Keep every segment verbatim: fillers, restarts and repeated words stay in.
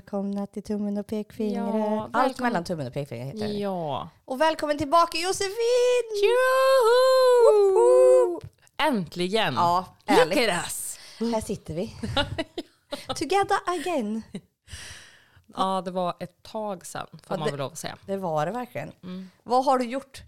välkomna till tummen och pekfingret. Ja, Allt välkommen. mellan tummen och pekfingret heter det. Ja. Och välkommen tillbaka Josefin! Tjoho! Äntligen! Ja, Look ärligt. at us! Här sitter vi. Together again. Ja, det var ett tag sedan, får Ja, man det- väl lov att säga. Det var det verkligen. Mm. Vad har du gjort?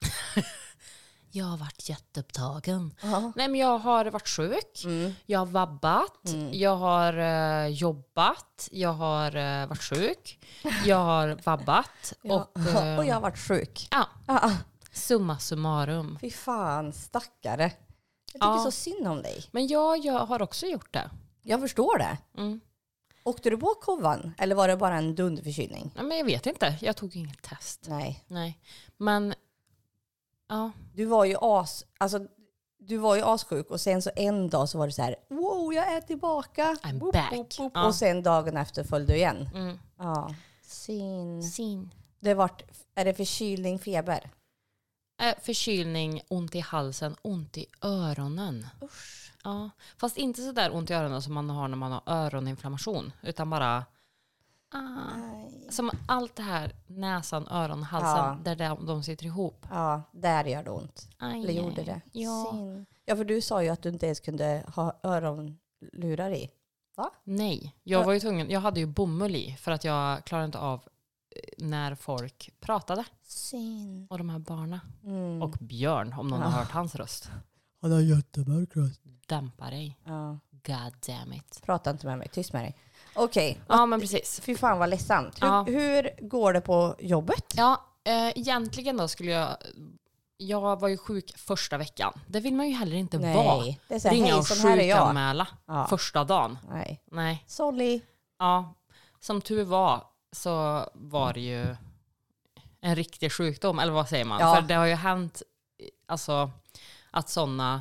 Jag har varit jätteupptagen. Ja. Nej, men jag har varit sjuk. Mm. Jag har vabbat. Mm. Jag har eh, jobbat. Jag har eh, varit sjuk. Jag har vabbat. Ja. Och, eh, och jag har varit sjuk. ja, Ja. summa summarum. Fy fan, stackare. Jag tycker Ja. så synd om dig. Men jag, jag har också gjort det. Jag förstår det. Mm. Åkte du på kovan? Eller var det bara en dunderförkylning? Nej, men jag vet inte. Jag tog inget test. Nej. Nej. Men, ja. Du var ju as... Alltså, du var ju assjuk och sen så en dag så var det så här, wow, jag är tillbaka. I'm Boop, back. boop, boop. Ja. Och sen dagen efter föll du igen. Mm. Ja. Sin. Sin. Det vart, är det förkylning, feber? Äh, förkylning, ont i halsen, ont i öronen. Usch. Ja. Fast inte så där ont i öronen som man har när man har öroninflammation. Utan bara... Ah. Nej. Som allt det här, näsan, öron, halsen, Ja. där de, de sitter ihop. Ja, där gör det ont. Aj, Eller gjorde det. Ja. Sin. Ja, för du sa ju att du inte ens kunde ha öronlurar i. Nej, jag var ju tvungen. Jag hade ju bomull i för att jag klarade inte av eh, när folk pratade. Sin. Och de här barnen. Mm. Och Björn, om någon Ja. har hört hans röst. Han har jättemörk röst. Dämpa dig. Ja. God damn it. Prata inte med mig, tyst med dig. Okej, Ja, men precis. fy fan vad ledsamt. Hur, Ja. hur går det på jobbet? Ja, eh, egentligen då skulle jag... Jag var ju sjuk första veckan. Det vill man ju heller inte vara. det är så här, Ringa hej, och sån här är jag. sjukanmäla Ja. första dagen. Nej. Nej. Sorry. Ja, som tur var så var det ju en riktig sjukdom. Eller vad säger man? Ja. För det har ju hänt alltså, att sådana...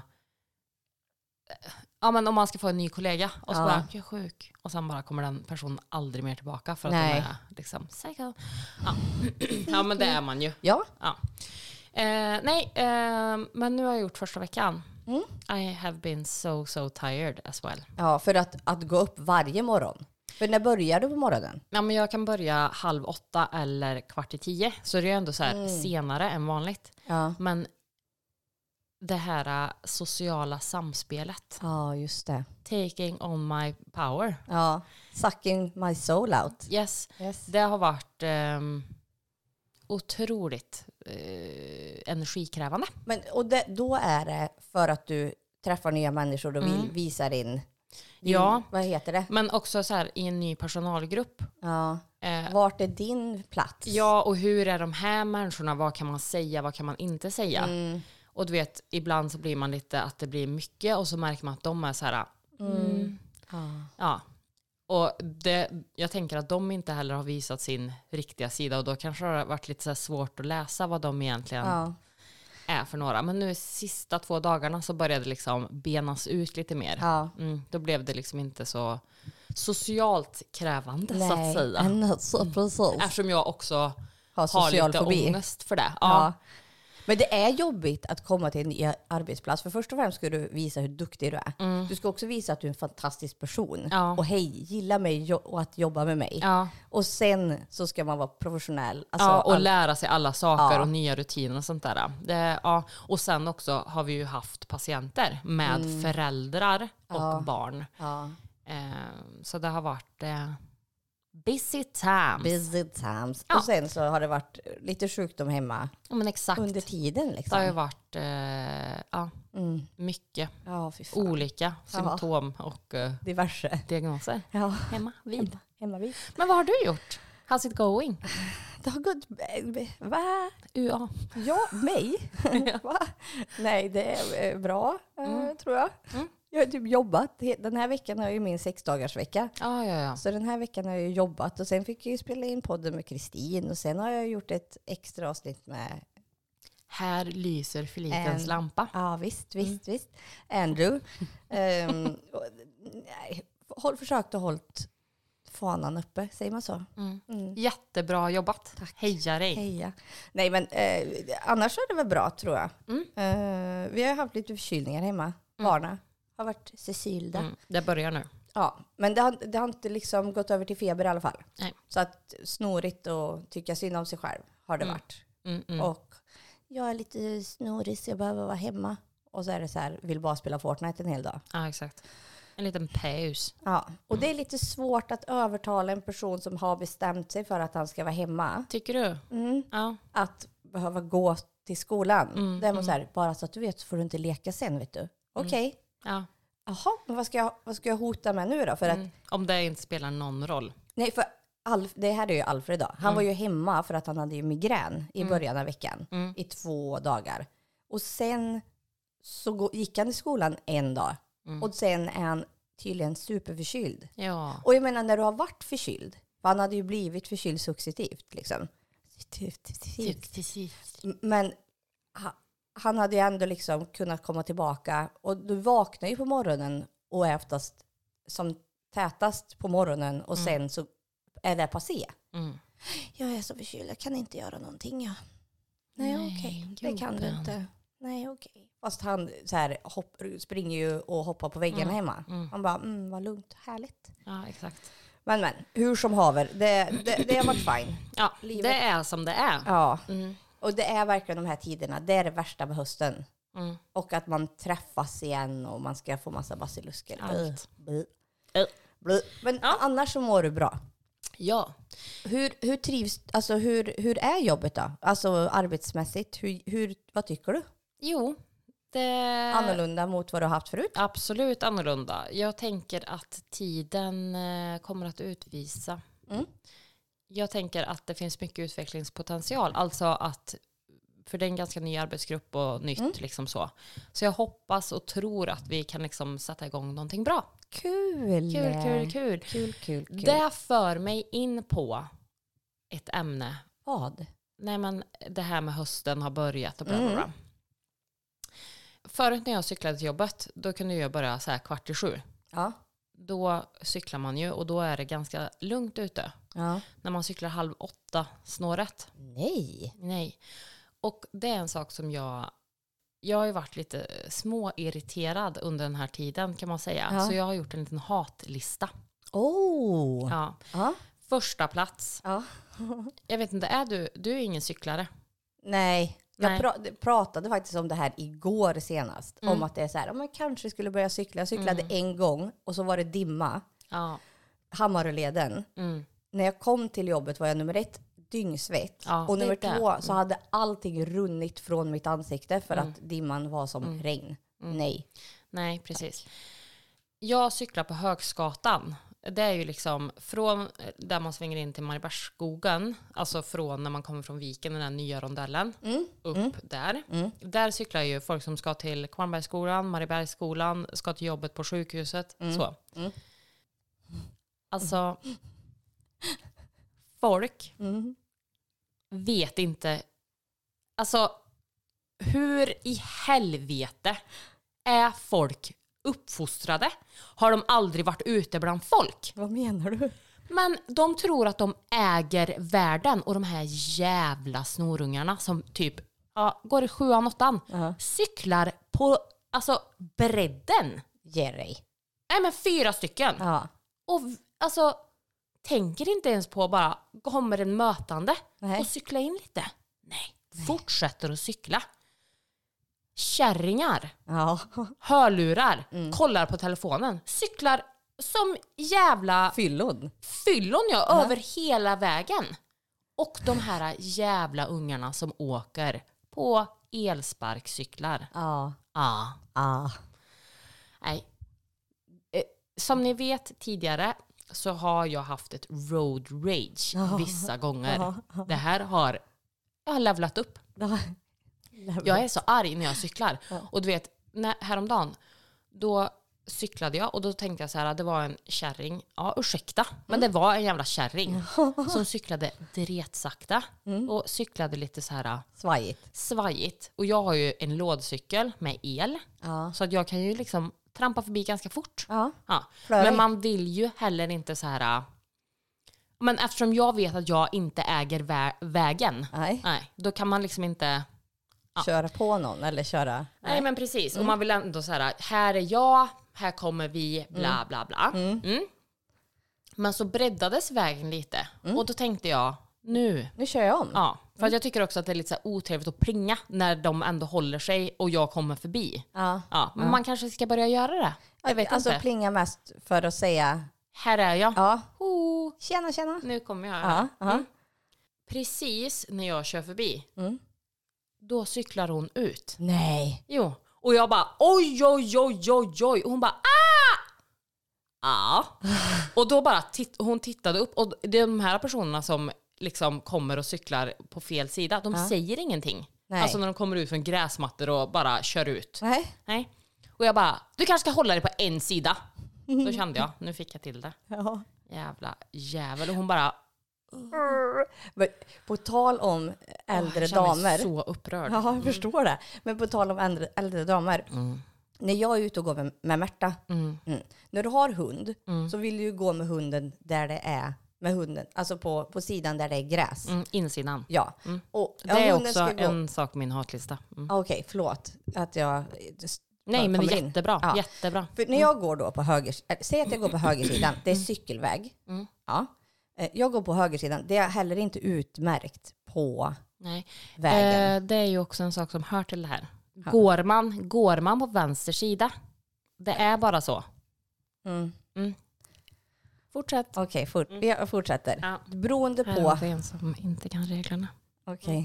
Ja, men om man ska få en ny kollega och så Ja. bara, jag är sjuk. Och sen bara kommer den personen aldrig mer tillbaka för att Nej. de är liksom psycho. Ja. Ja, men det är man ju. Ja. Ja. Eh, nej, eh, men nu har jag gjort första veckan. Mm. I have been so, so tired as well. Ja, för att, att gå upp varje morgon. För när börjar du på morgonen? Ja, men jag kan börja halv åtta eller kvart i tio. Så det är ändå så här Mm. senare än vanligt. Ja. Men det här äh, sociala samspelet. Ja, just det. Taking on my power. Ja. Sucking my soul out. Yes. Yes. Det har varit ehm, otroligt eh, energikrävande. Men, och det, då är det för att du träffar nya människor och vill Mm. visa din, din... Ja. Vad heter det? Men också så här i en ny personalgrupp. Ja. Eh, Vart är din plats? ja, och hur är de här människorna? Vad kan man säga? Vad kan man inte säga? Mm. Och du vet, ibland så blir man lite att det blir mycket och så märker man att de är så här... Mm, Ja. ja. Och det, jag tänker att de inte heller har visat sin riktiga sida och då kanske det har varit lite så här svårt att läsa vad de egentligen Ja. är för några. Men nu sista två dagarna så började det liksom benas ut lite mer. Ja. Mm, då blev det liksom inte så socialt krävande så att Nej, säga. ännu så precis. Eftersom jag också Ha har social lite fobi. ångest för det. Ja. Ja. Men det är jobbigt att komma till en ny arbetsplats. För först och främst ska du visa hur duktig du är. Mm. Du ska också visa att du är en fantastisk person. Ja. Och hej, gilla mig jo- och att jobba med mig. Ja. Och sen så ska man vara professionell. Alltså, Ja, och all- lära sig alla saker Ja. och nya rutiner och sånt där. Det, ja. Och sen också har vi ju haft patienter med föräldrar och Mm. Ja. barn. ja. Eh, så det har varit eh, busy times. Busy times. Ja. Och sen så har det varit lite sjukdom hemma Ja, men exakt. under tiden. Det Liksom. har ju varit eh, ja, Mm. mycket Ja, fy fan. olika symptom och eh, Diverse. diagnoser Ja. hemma vid. Hemma vid. Men vad har du gjort? How's it going? Det har gått... Va? U A. Ja, mig? Va? Nej, det är eh, bra, eh, Mm. tror jag. Mm. Jag har typ jobbat. Den här veckan har jag ju min sexdagarsvecka. Ja, ja, ja. Så den här veckan har jag ju jobbat. Och sen fick jag ju spela in podden med Kristin. Och sen har jag gjort ett extra avsnitt med... Här lyser Filikens En- lampa. Ja, visst, visst, visst. Andrew. um, och, nej, håll, försökt att hålla fanan uppe, säger man så? Mm. Mm. Jättebra jobbat. Tack. Heja dig. Heja. Nej, men eh, annars är det väl bra, tror jag. Mm. Eh, vi har haft lite förkylningar hemma. Barna har varit Cecilda. Mm. Det börjar nu. Ja, men det har, det har inte liksom gått över till feber i alla fall. Nej. Så att snorigt och tycka synd om sig själv har det Mm. varit. Mm, mm. Och jag är lite snorig så jag behöver vara hemma. Och så är det så här, vill bara spela Fortnite en hel dag. Ja, exakt. En liten paus. Ja, och det är lite svårt att övertala en person som har bestämt sig för att han ska vara hemma. Tycker du? Mm. Ja. Att behöva gå till skolan. Mm, det är mm. så här, bara så att du vet så får du inte leka sen, vet du. Okej. Ja. Jaha, men vad ska, jag, vad ska jag hota med nu då? För att, Mm. Om det inte spelar någon roll. nej, för Alf, det här är ju Alfred då. Han Mm. var ju hemma för att han hade ju migrän i Mm. början av veckan. Mm. I två dagar. Och sen så gå, gick han i skolan en dag. Mm. Och sen är han tydligen superförkyld. Ja. Och jag menar när du har varit förkyld. För han hade ju blivit förkyld successivt liksom. Men ha, han hade ju ändå liksom kunnat komma tillbaka. Och du vaknar ju på morgonen och är oftast som tätast på morgonen. Och Mm. sen så är det passé. Mm. Jag är så förkyld, jag kan inte göra någonting. Ja. Nej, Nej, okej. Det kan du gubben. inte. Nej, okej. Fast han så här, hopp, springer ju och hoppar på väggarna Mm. hemma. Mm. Han bara, mm, vad lugnt, härligt. Ja, exakt. Men men, hur som haver, det, det, det har varit fine. Ja, Livet- det är som det är. Ja, Mm. och det är verkligen de här tiderna, det är det värsta med hösten. Mm. Och att man träffas igen och man ska få massa basilusker. Allt. Blö, Äh. blö. Men Ja. annars så mår du bra. Ja. Hur, hur trivs, alltså hur, hur är jobbet då? Alltså arbetsmässigt, hur, hur, vad tycker du? Jo, det... Annorlunda mot vad du har haft förut? Absolut annorlunda. Jag tänker att tiden eh, kommer att utvisa. Mm. Jag tänker att det finns mycket utvecklingspotential. Alltså att, för det är en ganska ny arbetsgrupp och nytt Mm. liksom så. Så jag hoppas och tror att vi kan liksom sätta igång någonting bra. Kul! Kul, kul, kul. Kul, kul, kul. Det för mig in på ett ämne. Vad? Nej men det här med hösten har börjat och bla bla bla. Mm. Förut när jag cyklade till jobbet, då kunde jag börja så här kvart i sju. Ja. Då cyklar man ju och då är det ganska lugnt ute. Ja. När man cyklar halv åtta snåret. Nej. Nej. Och det är en sak som jag... Jag har ju varit lite småirriterad under den här tiden kan man säga. Ja. Så jag har gjort en liten hatlista. Oh. Ja. Ja. Första plats. Ja. Jag vet inte, är du, du är ingen cyklare? Nej. Jag Nej. pra- pratade faktiskt om det här igår senast. Mm. Om att det är så här, om man kanske skulle börja cykla. Jag cyklade Mm. en gång och så var det dimma. Ja. Hammaröleden. Mm. När jag kom till jobbet var jag nummer ett dyngsvett. Ja, och det är nummer det. två så hade allting runnit från mitt ansikte för Mm. att dimman var som Mm. regn. Mm. Nej. Nej, precis. Jag cyklar på Högsgatan. Det är ju liksom från där man svänger in till Mariebergsskogen, alltså från när man kommer från Viken, den här nya rondellen, Mm. upp Mm. där. Mm. Där cyklar ju folk som ska till Kvarnbergsskolan, Mariebergsskolan, ska till jobbet på sjukhuset. Mm. Så. Mm. Alltså, folk Mm. vet inte. Alltså, hur i helvete är folk uppfostrade? Har de aldrig varit ute bland folk? Vad menar du? Men de tror att de äger världen och de här jävla snorungarna som typ ja, går i sjuan, åttan, Ja. cyklar på alltså bredden. Ge dig. Nej men fyra stycken. Ja. Och v- alltså tänker inte ens på bara kommer en mötande Nej. och cykla in lite. Nej, fortsätter att cykla. Kärringar, Ja. hörlurar, Mm. kollar på telefonen, cyklar som jävla Fyllon. fyllon ja, Ja. över hela vägen. Och de här jävla ungarna som åker på elsparkcyklar. Ja. Ja, Ja. nej. Eh, Som ni vet tidigare så har jag haft ett road rage Ja. vissa gånger. Ja. Det här har jag har levlat upp. Jag är så arg när jag cyklar. Ja. Och du vet, när, häromdagen, då cyklade jag och då tänkte jag så här, det var en kärring, ja ursäkta, men det var en jävla kärring som cyklade dretsakta Mm. och cyklade lite så här Svajigt. svajigt. Och jag har ju en lådcykel med el, Ja. så att jag kan ju liksom trampa förbi ganska fort. Ja. Ja. Flörig. Men man vill ju heller inte så här, men eftersom jag vet att jag inte äger vä- vägen, Nej. nej, då kan man liksom inte Ja. köra på någon eller köra... Nej, Nej. men precis. Mm. Och man vill ändå så här, här är jag, här kommer vi, bla bla bla. Mm. Mm. Men så breddades vägen lite. Mm. Och då tänkte jag, nu. Nu kör jag om. Ja, för att jag tycker också att det är lite så här otrevligt att pringa när de ändå håller sig och jag kommer förbi. Ja. Ja, men ja. man kanske ska börja göra det. Jag vet alltså inte. plinga mest för att säga... Här är jag. Ja. Oh. Tjena, tjena. Nu kommer jag. Ja, ja. Mm. Precis när jag kör förbi, Mm. då cyklar hon ut. Nej. Jo, och jag bara oj, oj, oj, oj, oj. Och hon bara ah! Ja. Och då bara titt- hon tittade upp. Och de här personerna som liksom kommer och cyklar på fel sida, de ja. säger ingenting. Nej. Alltså när de kommer ut från gräsmattor och bara kör ut. Nej. Nej. Och jag bara, du kanske ska hålla dig på en sida. Då kände jag, nu fick jag till det. Ja. Jävla jävel. Och hon bara... Men på tal om äldre jag känner mig damer. så upprörd. Ja, jag förstår det. Men på tal om äldre, äldre damer. Mm. När jag är ute och går med, med Märta. Mm. Mm. När du har hund Mm. så vill du ju gå med hunden där det är med hunden. Alltså på, på sidan där det är gräs. Mm, insidan. Ja. Mm. Och, Det ja, är hunden också ska gå- en sak på min hatlista. Mm. Ah, Okej, förlåt att jag Nej, men det kommer är in. jättebra. Ja. Jättebra. För när jag går då på höger, äh, säg att jag går på högersidan, det är cykelväg. Mm. Ja. Eh, Jag går på högersidan, det är heller inte utmärkt på Nej. vägen. Eh, det är ju också en sak som hör till det här. Går man, går man på vänster sida? Det är bara så. Mm. Mm. Fortsätt. Okej, fort, jag fortsätter. Ja. Beroende Här på... har vi en som inte kan reglerna. Okej.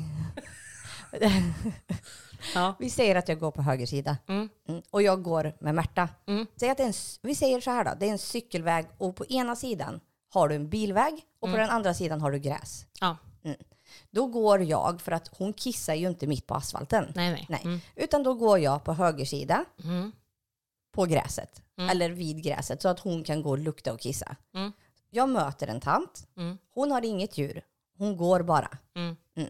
Ja. Vi säger att jag går på höger sida. Mm. Mm. Och jag går med Märta. Mm. Säg att det är en, s- vi säger så här då. Det är en cykelväg och på ena sidan har du en bilväg och på den andra sidan har du gräs. Ja. Då går jag, för att hon kissar ju inte mitt på asfalten. Nej, nej. Nej. Mm. Utan då går jag på höger sida Mm. på gräset. Mm. Eller vid gräset så att hon kan gå och lukta och kissa. Mm. Jag möter en tant. Mm. Hon har inget djur. Hon går bara. Mm. Mm.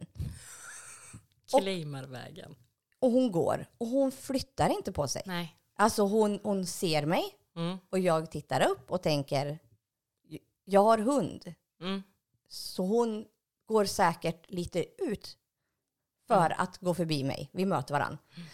Claimarvägen. Och hon går. Och hon flyttar inte på sig. Nej. Alltså hon, hon ser mig. Mm. Och jag tittar upp och tänker, jag har hund. Mm. Så hon går säkert lite ut för mm. att gå förbi mig. Vi möter varann. Mm.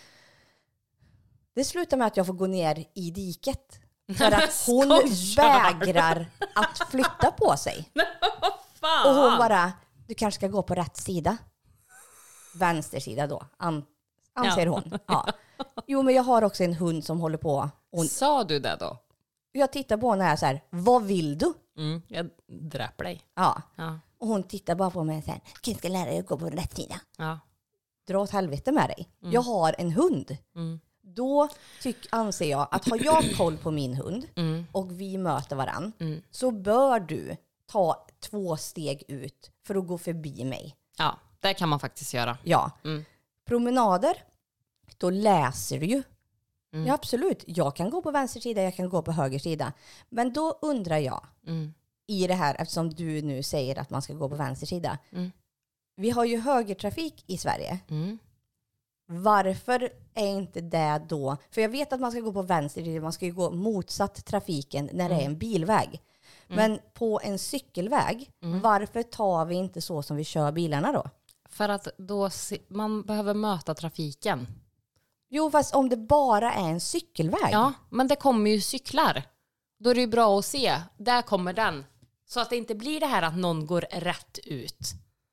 Det slutar med att jag får gå ner i diket. För att hon vägrar att flytta på sig. Fan. Och hon bara, du kanske ska gå på rätt sida. Vänster sida då, an, anser Ja. hon. Ja. Jo, men jag har också en hund som håller på. Hon, Sa du det då? jag tittar på henne och är så här, vad vill du? Mm. Jag dräper dig. Ja. Ja. Och hon tittar bara på mig och säger, jag ska lära dig att gå på rätt sida. Ja. Dra åt helvete med dig. Mm. Jag har en hund. Mm. Då tyck, anser jag att har jag koll på min hund Mm. och vi möter varann Mm. så bör du ta två steg ut för att gå förbi mig. Ja, det kan man faktiskt göra. Ja. Mm. Promenader, då läser du ju. Mm. Ja, absolut. Jag kan gå på vänster sida, jag kan gå på höger sida. Men då undrar jag, Mm. i det här, eftersom du nu säger att man ska gå på vänster sida. Mm. Vi har ju högertrafik i Sverige. Mm. Varför är inte det då? För jag vet att man ska gå på vänster sida, man ska ju gå motsatt trafiken när det är en bilväg. Mm. Men på en cykelväg, Mm. varför tar vi inte så som vi kör bilarna då? För att då se, man behöver möta trafiken. Jo, fast om det bara är en cykelväg. Ja, men det kommer ju cyklar. Då är det ju bra att se. Där kommer den. Så att det inte blir det här att någon går rätt ut.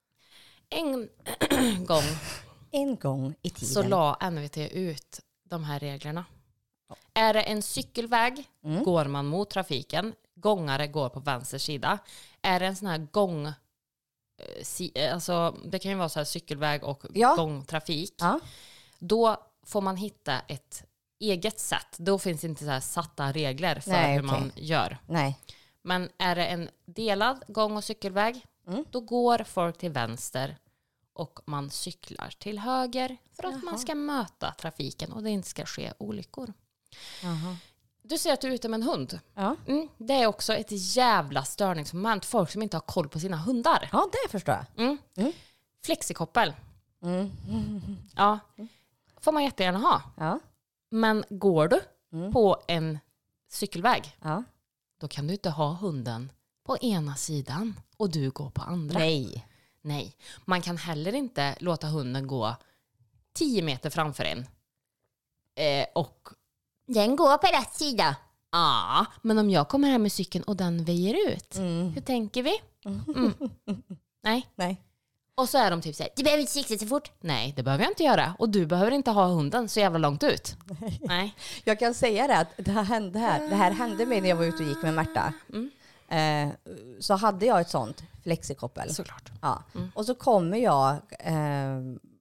En gång En gång i tiden. så la N V T ut de här reglerna. Är det en cykelväg Mm. går man mot trafiken. Gångare går på vänster sida. Är det en sån här gång... eh, si- Alltså, det kan ju vara så här cykelväg och Ja. gångtrafik. Ja. Då får man hitta ett eget sätt. Då finns inte så här satta regler för Nej, hur okej. man gör. Nej. Men är det en delad gång- och cykelväg, Mm. då går folk till vänster och man cyklar till höger för att Jaha. man ska möta trafiken och det inte ska ske olyckor. Jaha. Du säger att du är ute med en hund. Ja. Mm, det är också ett jävla störningsmoment. Folk som inte har koll på sina hundar. Ja, det förstår jag. Mm. Mm. Flexikoppel. Mm. Ja, får man jättegärna ha. Ja. Men går du Mm. på en cykelväg, Ja. då kan du inte ha hunden på ena sidan och du går på andra. Nej. Nej. Man kan heller inte låta hunden gå tio meter framför en. Eh, och Den går på rätt sida. ja, men om jag kommer här med cykeln och den väjer ut. Mm. Hur tänker vi? Mm. Nej. Nej. Och så är de typ så här, du behöver inte cykla så fort. Nej, det behöver jag inte göra. Och du behöver inte ha hunden så jävla långt ut. Nej. Nej. Jag kan säga det att det här hände, här. Det här hände mig när jag var ute och gick med Märta. Mm. Eh, så hade jag ett sånt flexikoppel. Såklart. Ja. Mm. Och så kommer jag eh,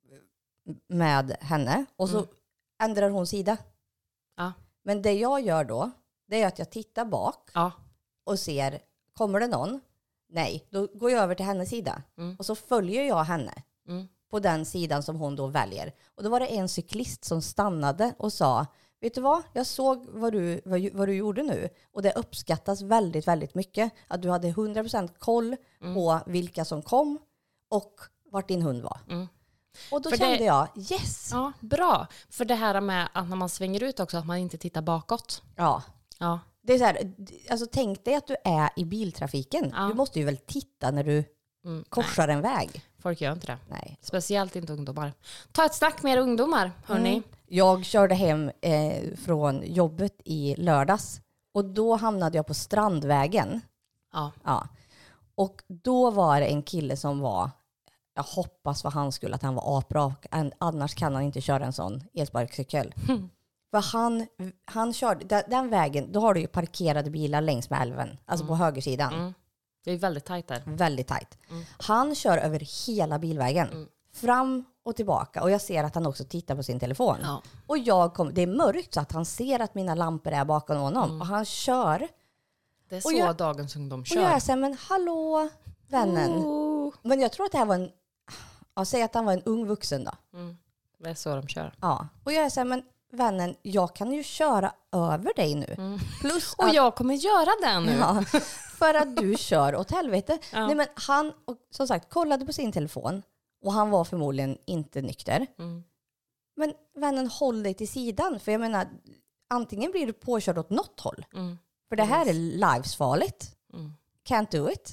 med henne och så Mm. ändrar hon sida. Ja. Men det jag gör då, det är att jag tittar bak Ja. och ser, kommer det någon? Nej, då går jag över till hennes sida. Mm. Och så följer jag henne Mm. på den sidan som hon då väljer. Och då var det en cyklist som stannade och sa, vet du vad? Jag såg vad du, vad, vad du gjorde nu. Och det uppskattas väldigt, väldigt mycket. Att du hade hundra procent koll Mm. på vilka som kom och vart din hund var. Mm. Och då För kände det- jag, yes! Ja, bra. För det här med att när man svänger ut också, att man inte tittar bakåt. Ja. Ja. Det är så här, alltså tänk dig att du är i biltrafiken. Ja. Du måste ju väl titta när du Mm, korsar en väg. nej, folk gör inte det. Nej. Speciellt inte ungdomar. Ta ett snack med er ungdomar, hörni. Mm. Jag körde hem eh, från jobbet i lördags. Och då hamnade jag på Strandvägen. Ja. Ja. Och då var det en kille som var, jag hoppas för han skulle att han var aprak, annars kan han inte köra en sån elsparkcykel. Mm. För han, han körde, den, den vägen, då har du ju parkerade bilar längs med älven, alltså på högersidan. Mm. Det är väldigt tajt där. Väldigt tajt. Mm. Han kör över hela bilvägen. Mm. Fram och tillbaka. Och jag ser att han också tittar på sin telefon. Ja. Och jag kom, det är mörkt så att han ser att mina lampor är bakom honom. Mm. Och han kör. Det är Och så jag- dagens ungdom Och kör. jag säger, men hallå vännen. Oh. Men jag tror att det här var en, jag säger att han var en ung vuxen då. Mm. Det är så de kör. Ja. Och jag säger, men vännen, jag kan ju köra över dig nu. Mm. Plus Och att, jag kommer göra det nu. ja, för att du kör åt helvete. Ja. Nej, men han, och, som sagt, kollade på sin telefon. Och han var förmodligen inte nykter. Mm. Men vännen, håll dig till sidan. För jag menar, antingen blir du påkörd åt något håll. Mm. För det här är livsfarligt. Mm. Can't do it.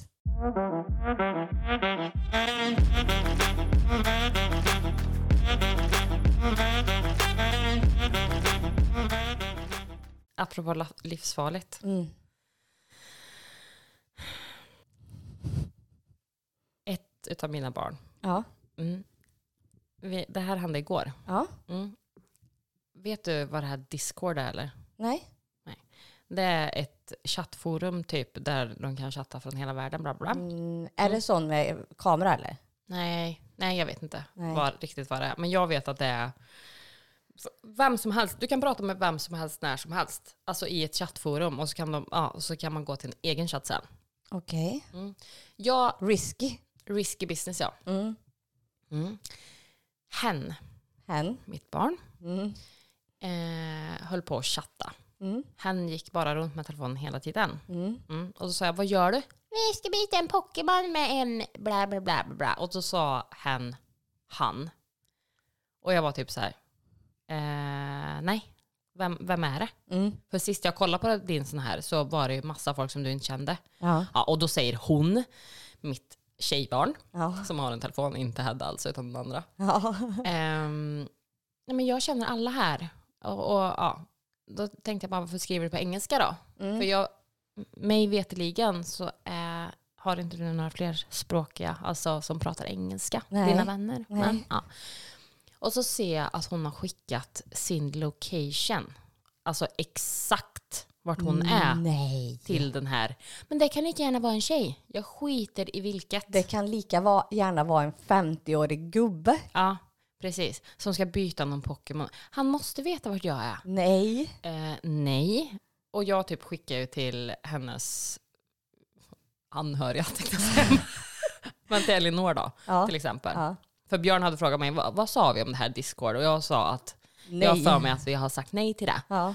Apropå la- livsfarligt. Mm. Ett utav mina barn. Ja. Mm. Vi, det här hände igår. Ja. Mm. Vet du vad det här Discord är eller? Nej. Det är ett chattforum typ där de kan chatta från hela världen. Bla bla. Mm, är det sån med kamera eller? Nej, nej, jag vet inte Nej. vad, riktigt vad det är. Men jag vet att det är vem som helst. Du kan prata med vem som helst när som helst. Alltså i ett chattforum. Och så kan, de, ja, och så kan man gå till en egen chatt sen. Okej. Mm. Jag, Risky. risky business, ja. Mm. Mm. Hen, Hen. mitt barn, Mm. eh, höll på att chatta. Mm. Hen gick bara runt med telefonen hela tiden. Mm. Mm. Och så sa jag, vad gör du? Vi ska byta en Pokémon med en bla bla bla bla bla. Och så sa hen, han. Och jag var typ så här, eh, nej, vem, vem är det? Mm. För sist jag kollade på din sån här så var det ju massa folk som du inte kände. Ja. Ja, och då säger hon, mitt tjejbarn, Ja. som har en telefon, inte Hedda alltså utan den andra. Ja. Ehm, nej men jag känner alla här. Och, och ja, då tänkte jag bara, varför skriver du på engelska då? Mm. För jag, mig veteligen så är, har inte du några fler språkiga, alltså som pratar engelska, Nej. dina vänner. Nej. Men, ja. Och så ser jag att hon har skickat sin location, alltså exakt vart hon är Nej. till den här. Men det kan inte gärna vara en tjej. Jag skiter i vilket. Det kan lika va- gärna vara en femtio-årig gubbe. Ja, precis. Som ska byta någon Pokémon. Han måste veta vart jag är. Nej. Eh, nej. Och jag typ skickar ju till hennes anhöriga, tänkte jag säga. Men till Elinor då, Ja. till exempel. Ja. För Björn hade frågat mig, vad, vad sa vi om det här Discord? Och jag sa att Nej. jag har för mig att vi har sagt nej till det. Ja.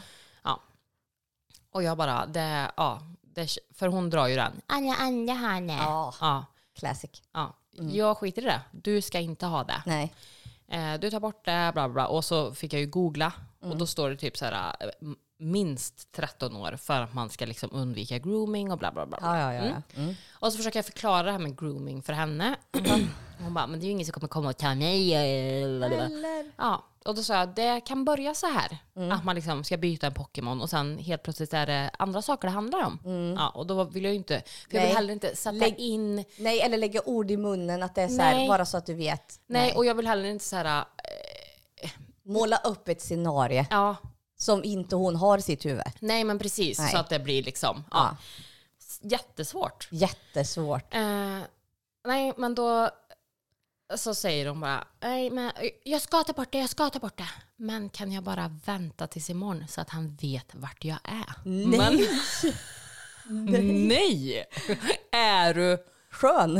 Och jag bara, det, ja, det, för hon drar ju den. Alla andra har det. Ja. Ja, Classic. ja. Jag skiter i det. Du ska inte ha det. Nej. Eh, du tar bort det, bla bla bla. Och så fick jag ju googla. Och då står det typ så här, eh, m- minst tretton år för att man ska liksom undvika grooming och bla bla bla. Ja, ja, ja. Mm. ja. Mm. Och så försöker jag förklara det här med grooming för henne. Hon bara, men det är ju ingen som kommer komma och ta mig. Eller... Ja, och då sa jag, det kan börja så här. Mm. Att man liksom ska byta en Pokémon och sen helt plötsligt är det andra saker det handlar om. Mm. Ja, och då vill jag ju inte, för jag vill heller inte sätta Lägg, in... Nej, eller lägga ord i munnen att det är så här, bara så att du vet. Nej, nej. Och jag vill heller inte så här... Äh... Måla upp ett scenario. Ja. Som inte hon har i sitt huvud. Nej, men precis. Nej. Så att det blir liksom... Ja. Ja. Jättesvårt. Jättesvårt. Uh, nej, men då så säger de bara, nej, men jag ska ta bort det, jag ska ta bort det. Men kan jag bara vänta tills imorgon så att han vet vart jag är? Nej. Men, nej. nej. Är du skön?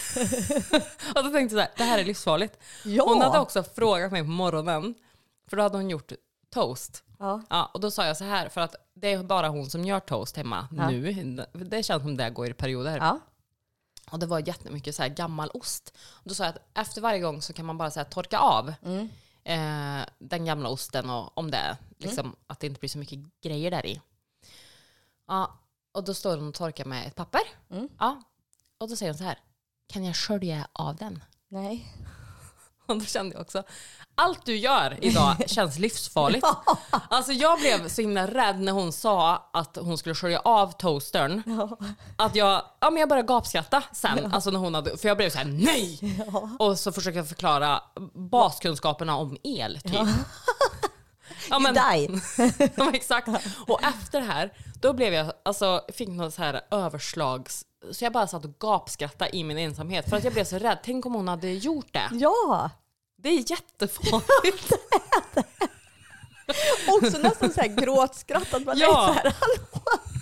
Och då tänkte jag så här, det här är livsfarligt. Ja. Hon hade också frågat mig på morgonen, för då hade hon gjort toast. Ja. Ja, och då sa jag så här, för att det är bara hon som gör toast hemma ja. nu. Det känns som det går i perioder. Ja. Och det var jättemycket så här gammal ost. Och då sa jag att efter varje gång så kan man bara så här torka av mm. eh, den gamla osten och om det liksom mm. att det inte blir så mycket grejer där i. Ja, och då står hon och torkar med ett papper. Mm. Ja, och då säger hon så här, kan jag skölja av den? Nej. Och då kände jag också, allt du gör idag känns livsfarligt. Ja. Alltså jag blev så himla rädd när hon sa att hon skulle skölja av toastern. Ja. Att jag, ja men jag började gapskratta sen. Ja. Alltså när hon hade, för jag blev så här, nej! Ja. Och så försökte jag förklara baskunskaperna om el typ. Ja. Ja, men, ja, exakt. Och efter det här, då blev jag, alltså fick något så här överslags, så jag bara satt och gapskrattade i min ensamhet för att jag blev så rädd. Tänk om hon hade gjort det. Ja. Det är jättefarligt. Ja, det är det. Också nästan så här gråtskrattat. Man ja. Är så här, hallå.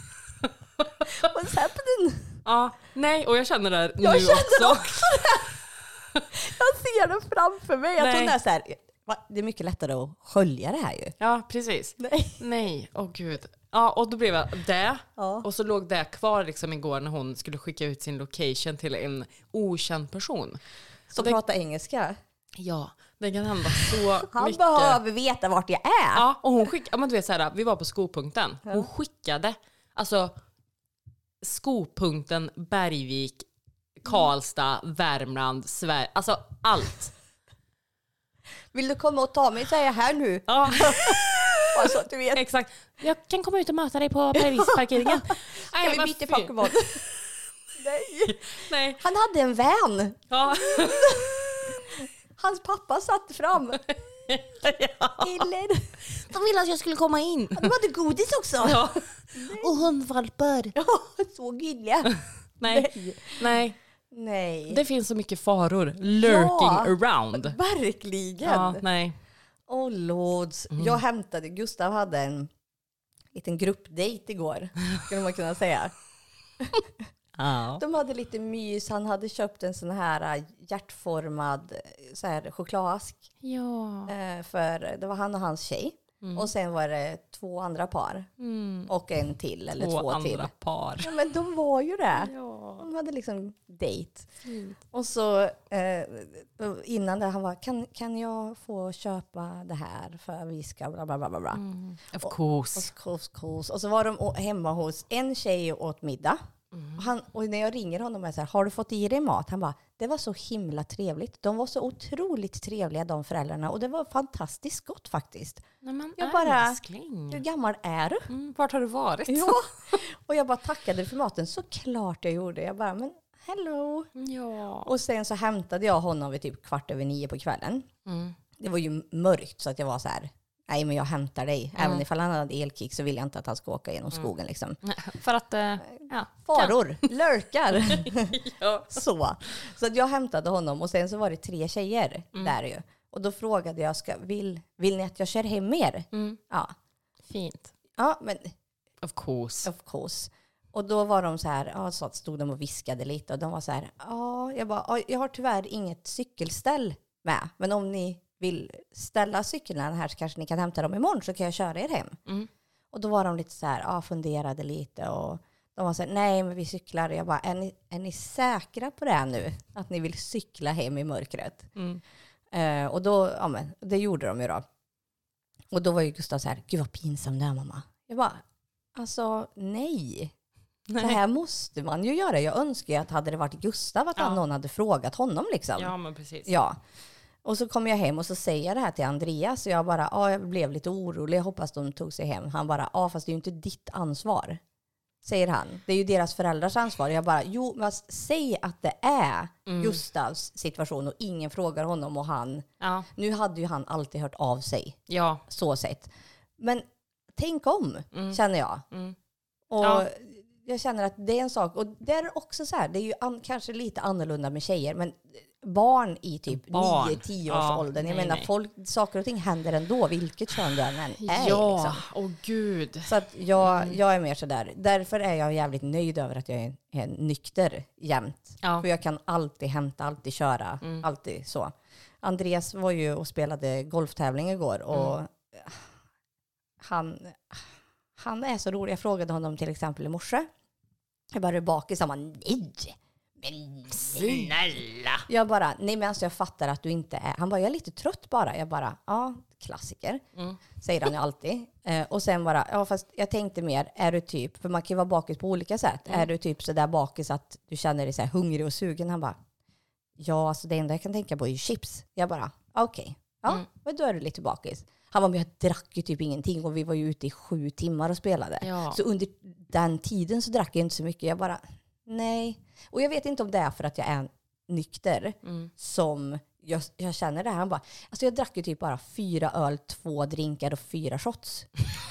What's happening? Ja, nej, och jag känner det jag nu känner också. också det. Jag ser det framför mig. Jag tror det är så här, det är mycket lättare att skölja det här ju. Ja, precis. Nej. Nej, åh gud. Ja, och då blev jag det. Ja. Och så låg det kvar liksom igår när hon skulle skicka ut sin location till en okänd person. Som det... pratar engelska? Ja, det kan hända så Han mycket. Han behöver veta vart jag är. Ja, och hon skickade, men du vet så här, vi var på skopunkten. Hon ja. skickade, alltså skopunkten Bergvik, Karlstad, Värmland, Sverige, alltså allt. Vill du komma och ta mig, säger jag här nu? Ja. Alltså, du vet. Exakt. Jag kan komma ut och möta dig på Bergviksparkeringen. Ska vi byta Pokémon? Nej. Nej. Han hade en vän. Ja. Hans pappa satt fram. Ja. Eller? De ville att jag skulle komma in. De hade godis också. Ja. Och hundvalpar. Ja, så gulliga. Nej. Nej. Nej. Nej. Det finns så mycket faror lurking ja, around. Verkligen. Ja, nej. Oh lords. Mm. Jag hämtade, Gustav hade en liten gruppdate igår. Skulle man kunna säga. Ja. De hade lite mys. Han hade köpt en sån här hjärtformad så här chokladask. Ja. För det var han och hans tjej. Mm. Och sen var det två andra par. Mm. Och en till, eller två, två andra till. par. Ja, men de var ju det. Ja. De hade liksom date. Mm. Och så eh, innan det, han var, kan, kan jag få köpa det här för vi ska bla bla bla bla. Mm. Of course. Och, of course, course. Och så var de hemma hos en tjej och åt middag. Mm. Och, han, och när jag ringer honom och säger, har du fått i dig mat? Han bara, det var så himla trevligt. De var så otroligt trevliga, de föräldrarna. Och det var fantastiskt gott faktiskt. Nej, men jag bara, älskling. Hur gammal är du? Mm, vart har du varit? Ja. Och jag bara tackade för maten. Så klart jag gjorde. Jag bara, men hello. Ja. Och sen så hämtade jag honom vid typ kvart över nio på kvällen. Mm. Det var ju mörkt så att jag var så här, nej men jag hämtar dig. Mm. Även ifall han hade elkick så vill jag inte att han ska åka genom skogen mm. liksom. För att, uh, ja. Faror, lurkar. Ja. Så. Så att jag hämtade honom och sen så var det tre tjejer mm. där ju. Och då frågade jag, ska, vill, vill ni att jag kör hem er? Mm. Ja. Fint. Ja, men... Of course. Of course. Och då var de så här, ja, så att stod de och viskade lite. Och de var så här, ja, jag bara, jag har tyvärr inget cykelställ med. Men om ni vill ställa cyklarna här så kanske ni kan hämta dem imorgon så kan jag köra er hem. Mm. Och då var de lite så här, ja, funderade lite och de var så här, nej men vi cyklar. Jag bara, är ni, är ni säkra på det nu? Att ni vill cykla hem i mörkret? Mm. Uh, och då, ja men, det gjorde de ju då. Och då var ju Gustav så här, gud vad pinsam det är mamma. Jag bara, alltså nej. Så här måste man ju göra. Jag önskar att hade det varit Gustav att Ja. någon hade frågat honom liksom. Ja, men precis. Ja. Och så kom jag hem och så säger jag det här till Andreas. Och jag bara, ja, jag blev lite orolig. Jag hoppas de tog sig hem. Han bara, ja, fast det är ju inte ditt ansvar. Säger han. Det är ju deras föräldrars ansvar. Jag bara, jo, men säg att det är mm. Gustavs situation och ingen frågar honom och han. Ja. Nu hade ju han alltid hört av sig. Ja. Så sett. Men tänk om, mm. känner jag. Mm. Och ja. jag känner att det är en sak. Och det är också så här, det är ju an, kanske lite annorlunda med tjejer. Men barn i typ nio tio års ja, åldern. Jag nej, menar, nej. Folk, saker och ting händer ändå, vilket kön du än är. Ja, liksom. Åh gud. Så att jag, mm. jag är mer sådär. Därför är jag jävligt nöjd över att jag är, är nykter jämt. Ja. För jag kan alltid hämta, alltid köra, mm. alltid så. Andreas var ju och spelade golftävling igår och mm. han, han är så rolig. Jag frågade honom till exempel i morse. Jag bara, är du bakis? Han bara, nej. Men snälla. Jag bara, nej men alltså jag fattar att du inte är. Han bara, jag är lite trött bara. Jag bara, ja, klassiker. Mm. Säger han ju alltid. Eh, och sen bara, ja fast jag tänkte mer, är du typ, för man kan ju vara bakis på olika sätt. Mm. Är du typ så där bakis att du känner dig så här hungrig och sugen? Han bara, ja alltså det enda jag kan tänka på är ju chips. Jag bara, okej. Okay. Ja, mm. men då är du lite bakis. Han var med, jag drack ju typ ingenting och vi var ju ute i sju timmar och spelade. Ja. Så under den tiden så drack jag inte så mycket. Jag bara, nej. Och jag vet inte om det är för att jag är nykter mm. som jag, jag känner det här. Han bara, alltså jag drack ju typ bara fyra öl, två drinkar och fyra shots.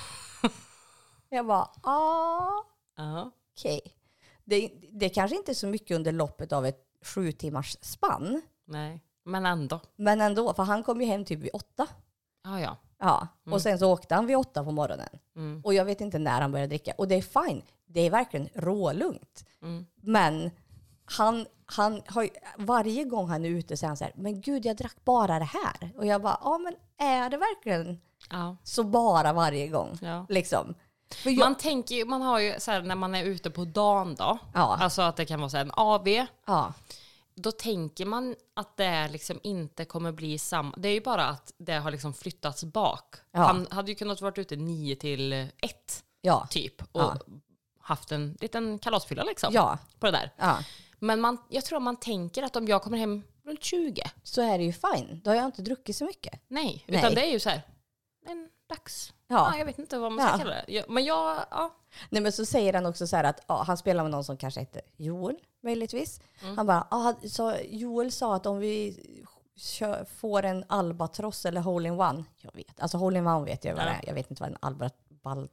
Jag bara, ah, uh-huh. okej. Okay. Det, det kanske inte är så mycket under loppet av ett sju timmars spann. Nej, men ändå. Men ändå, för han kom ju hem typ vid åtta. Ah, ja, ja. Mm. Och sen så åkte han vid åtta på morgonen. Mm. Och jag vet inte när han började dricka. Och det är fine. Det är verkligen rålugnt. Mm. Men han, han har varje gång han är ute så är han så här, men gud jag drack bara det här. Och jag bara, ja men är det verkligen ja. Så bara varje gång? Ja. Liksom. Jag, man tänker ju, man har ju så här, när man är ute på dagen då, ja. Alltså att det kan vara så här, en A V. Ja. Då tänker man att det liksom inte kommer bli samma. Det är ju bara att det har liksom flyttats bak. Ja. Han hade ju kunnat vara ute nio till ett ja. Typ. Och ja. Haft en liten kalasfylla liksom. Ja. På det där. Ja. Men man, jag tror man tänker att om jag kommer hem runt tjugo. Så är det ju fine. Då har jag inte druckit så mycket. Nej, utan Nej. Det är ju så här. En dags. Ja. Ja, jag vet inte vad man ska ja. Kalla det. Jag, men jag, ja. Nej, men så säger han också så här att ja, han spelar med någon som kanske heter Joel, möjligtvis. Mm. Han bara, ja, så Joel sa att om vi kör, får en albatross eller hole-in-one. Jag vet, alltså hole-in-one vet jag vad ja. Det är. Jag vet inte vad en albatross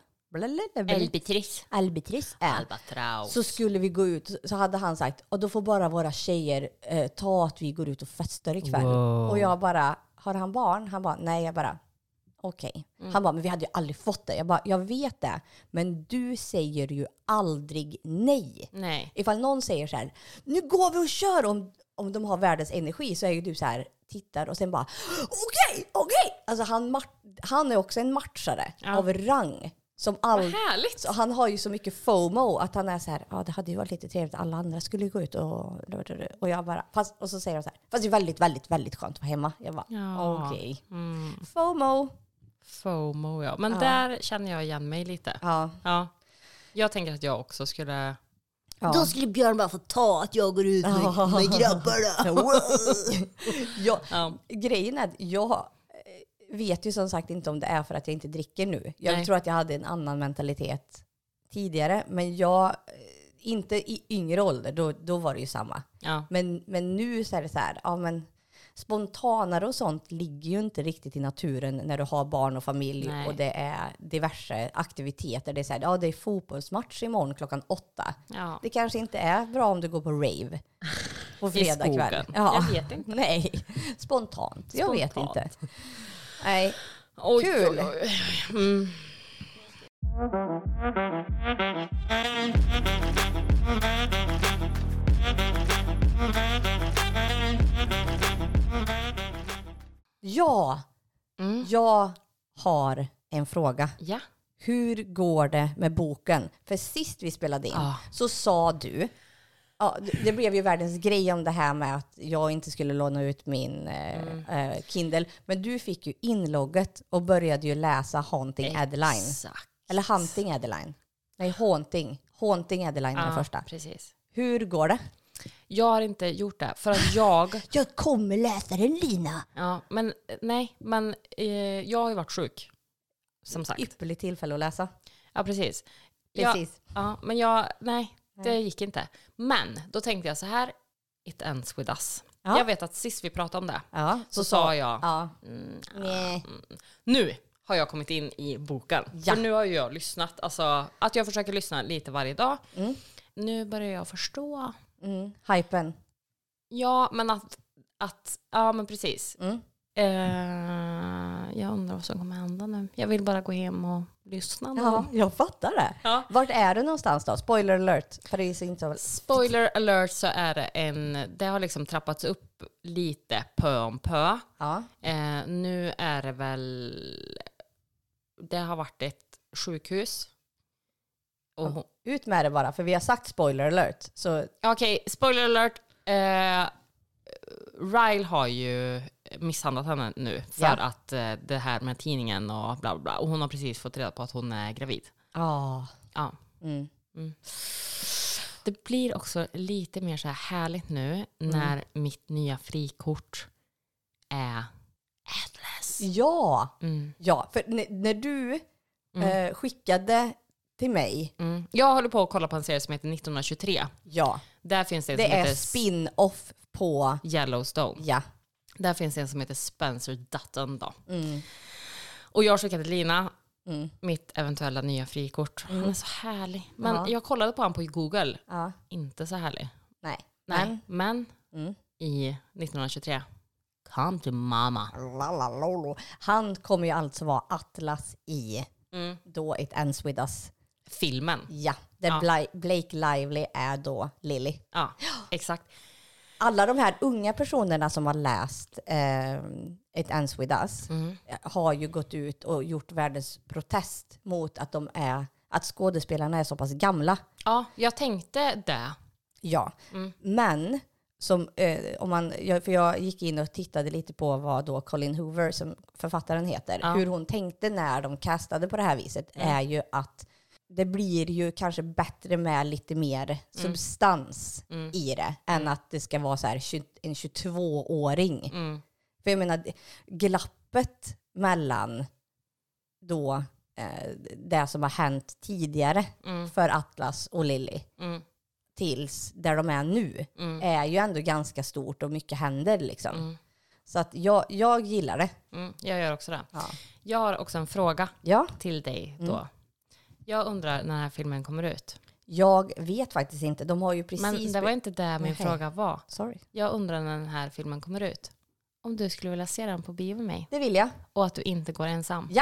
Albatriss. Albatriss är. Albatraus. Så skulle vi gå ut, så hade han sagt, och då får bara våra tjejer eh, ta att vi går ut och festar ikväll. Wow. Och jag bara, har han barn? Han bara, nej, jag bara, okej. Okay. Mm. Han bara, men vi hade ju aldrig fått det. Jag bara, jag vet det. Men du säger ju aldrig nej. Nej. Ifall någon säger så här, nu går vi och kör om, om de har världens energi, så är ju du så här, tittar och sen bara, okej, okay, okej. Okay. Alltså han, han är också en matchare ja. Av rang. Som all, vad härligt. Så han har ju så mycket FOMO att han är så här, ja det hade ju varit lite trevligt alla andra skulle gå ut och och jag bara, fast, och så säger de så här, fast det är väldigt, väldigt, väldigt skönt att vara hemma. Jag bara, ja. Okej. Okay. Mm. FOMO. FOMO, ja. Men ja. Där känner jag igen mig lite. Ja. Ja. Jag tänker att jag också skulle... Ja. Då skulle Björn bara få ta att jag går ut med, med grabbarna. ja. Ja. Grejen är att jag vet ju som sagt inte om det är för att jag inte dricker nu. Jag Nej. Tror att jag hade en annan mentalitet tidigare. Men jag, inte i yngre ålder, då, då var det ju samma. Ja. Men, men nu så är det så här, ja men spontanare och sånt ligger ju inte riktigt i naturen när du har barn och familj. Nej. Och det är diverse aktiviteter. Det är så här, ja det är fotbollsmatch imorgon klockan åtta. Ja. Det kanske inte är bra om du går på rave på fredag kväll. Ja. Jag vet inte. Nej, spontant. Jag Spontant. Vet inte. Nej, oj, kul. Oj, oj. Mm. Ja, mm. jag har en fråga. Ja. Hur går det med boken? För sist vi spelade in ah. så sa du, ja, det blev ju världens grej om det här med att jag inte skulle låna ut min mm. eh, Kindle. Men du fick ju inlogget och började ju läsa Haunting Adeline. Exakt. Eller Hunting Adeline. Nej, Haunting. Haunting Adeline är Ja, den första. precis. Hur går det? Jag har inte gjort det för att jag... Jag kommer läsa den, Lina. Ja, men nej, men eh, jag har ju varit sjuk. Som sagt. Ypperligt tillfälle att läsa. Ja, precis. Precis. Jag, ja, men jag, nej, det gick inte. Men då tänkte jag så här, it ends with us. Ja. Jag vet att sist vi pratade om det Ja, så, så sa jag, Ja. mm, Nej. mm, nu har jag kommit in i boken. Ja. För nu har ju jag lyssnat, alltså att jag försöker lyssna lite varje dag. Mm. Nu börjar jag förstå. Mm. Hypen. Ja, men att, att ja men precis. Mm. Eh, jag undrar vad som kommer hända nu. Jag vill bara gå hem och lyssna nu. Ja, jag fattar det. Ja. Vart är du någonstans då? Spoiler alert. För det är så inte... Spoiler alert, så är det en, det har liksom trappats upp lite pö om pö. Ja. Eh, nu är det väl, det har varit ett sjukhus. Och hon, Ut med det bara, för vi har sagt spoiler alert. Så okej, spoiler alert. Eh, Ryle har ju misshandlat henne nu för Ja. att eh, det här med tidningen och bla bla bla. Och hon har precis fått reda på att hon är gravid. ja. Ja. Mm. Mm. Det blir också lite mer så här härligt nu när Mm. mitt nya frikort är Atlas. Ja. Mm. Ja, för n- när du Mm. eh, skickade till mig, Mm. Jag håller på att kolla på en serie som heter nittonhundratjugotre. ja, Där finns det en det som är heter spin-off på, Yellowstone. ja. Där finns det en som heter Spencer Dutton då. Mm. Och jag skickade till Lina Mm. mitt eventuella nya frikort. Han är så härlig. Men Ja. jag kollade på han på Google. Ja, Inte så härlig. nej. Nej. Men Mm. i nittonhundratjugotre, come to mama. Lalalolo. Han kommer ju alltså vara Atlas i Mm. då It Ends With Us. Filmen. Ja, där Ja. Bla- Blake Lively är då Lily. Ja, exakt. Alla de här unga personerna som har läst eh, It Ends With Us Mm. har ju gått ut och gjort världens protest mot att de är, att skådespelarna är så pass gamla. Ja, jag tänkte det. Ja, Mm. men som, eh, om man, jag, för jag gick in och tittade lite på vad då Colin Hoover, som författaren heter, Ja. hur hon tänkte när de castade på det här viset, Mm. är ju att det blir ju kanske bättre med lite mer substans Mm. i det, än att det ska vara så här tjugo, en tjugotvååring. Mm. För jag menar, glappet mellan då eh, det som har hänt tidigare Mm. för Atlas och Lily Mm. tills där de är nu Mm. är ju ändå ganska stort och mycket händer liksom. Mm. Så att jag, jag gillar det. Mm. Jag gör också det. Ja. Jag har också en fråga Ja, till dig då. Mm. Jag undrar när den här filmen kommer ut. jag vet faktiskt inte. De har ju precis... Men det var inte där min Nej. fråga var. Sorry. Jag undrar när den här filmen kommer ut. Om du skulle vilja se den på bio med mig. Det vill jag. Och att du inte går ensam. Ja.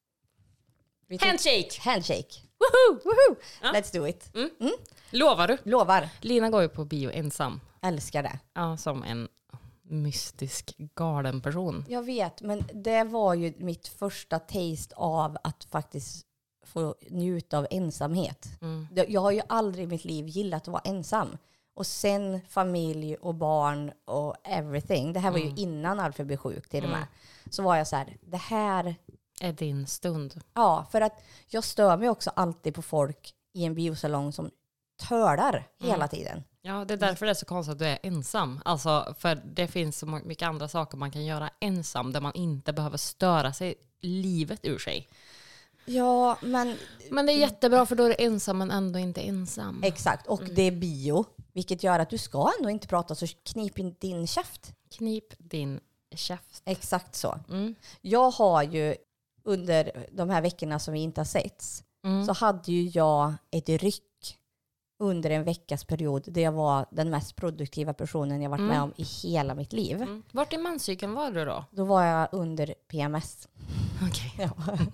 Vi tog- Handshake! Handshake. Woho! Woohoo! Ja. Let's do it. Lovar du? Lovar. Lina går ju på bio ensam. Älskar det. Ja, som en mystisk galen person. Jag vet, men det var ju mitt första taste av att faktiskt få njuta av ensamhet. Mm. Det- Jag har ju aldrig i mitt liv gillat att vara ensam. Och sen familj och barn och everything. Det här var ju innan Alfred blev sjuk till och med. Så var jag så här, det här... Är din stund. Ja, för att jag stör mig också alltid på folk i en biosalong som tölar hela tiden. Ja, det är därför det är så konstigt att du är ensam. Alltså, för det finns så mycket andra saker man kan göra ensam där man inte behöver störa sig livet ur sig. Ja, men Men det är jättebra för då är du ensam men ändå inte ensam. exakt. Och det är bio, vilket gör att du ska ändå inte prata, så knip in din käft. Knip din käft. Exakt så. Mm. Jag har ju under de här veckorna som vi inte har setts, Mm. så hade ju jag ett ryck under en veckas period där jag var den mest produktiva personen jag varit Mm. med om i hela mitt liv. Mm. Vart i menscykeln var du då? Då var jag under P M S. Okej. Ja.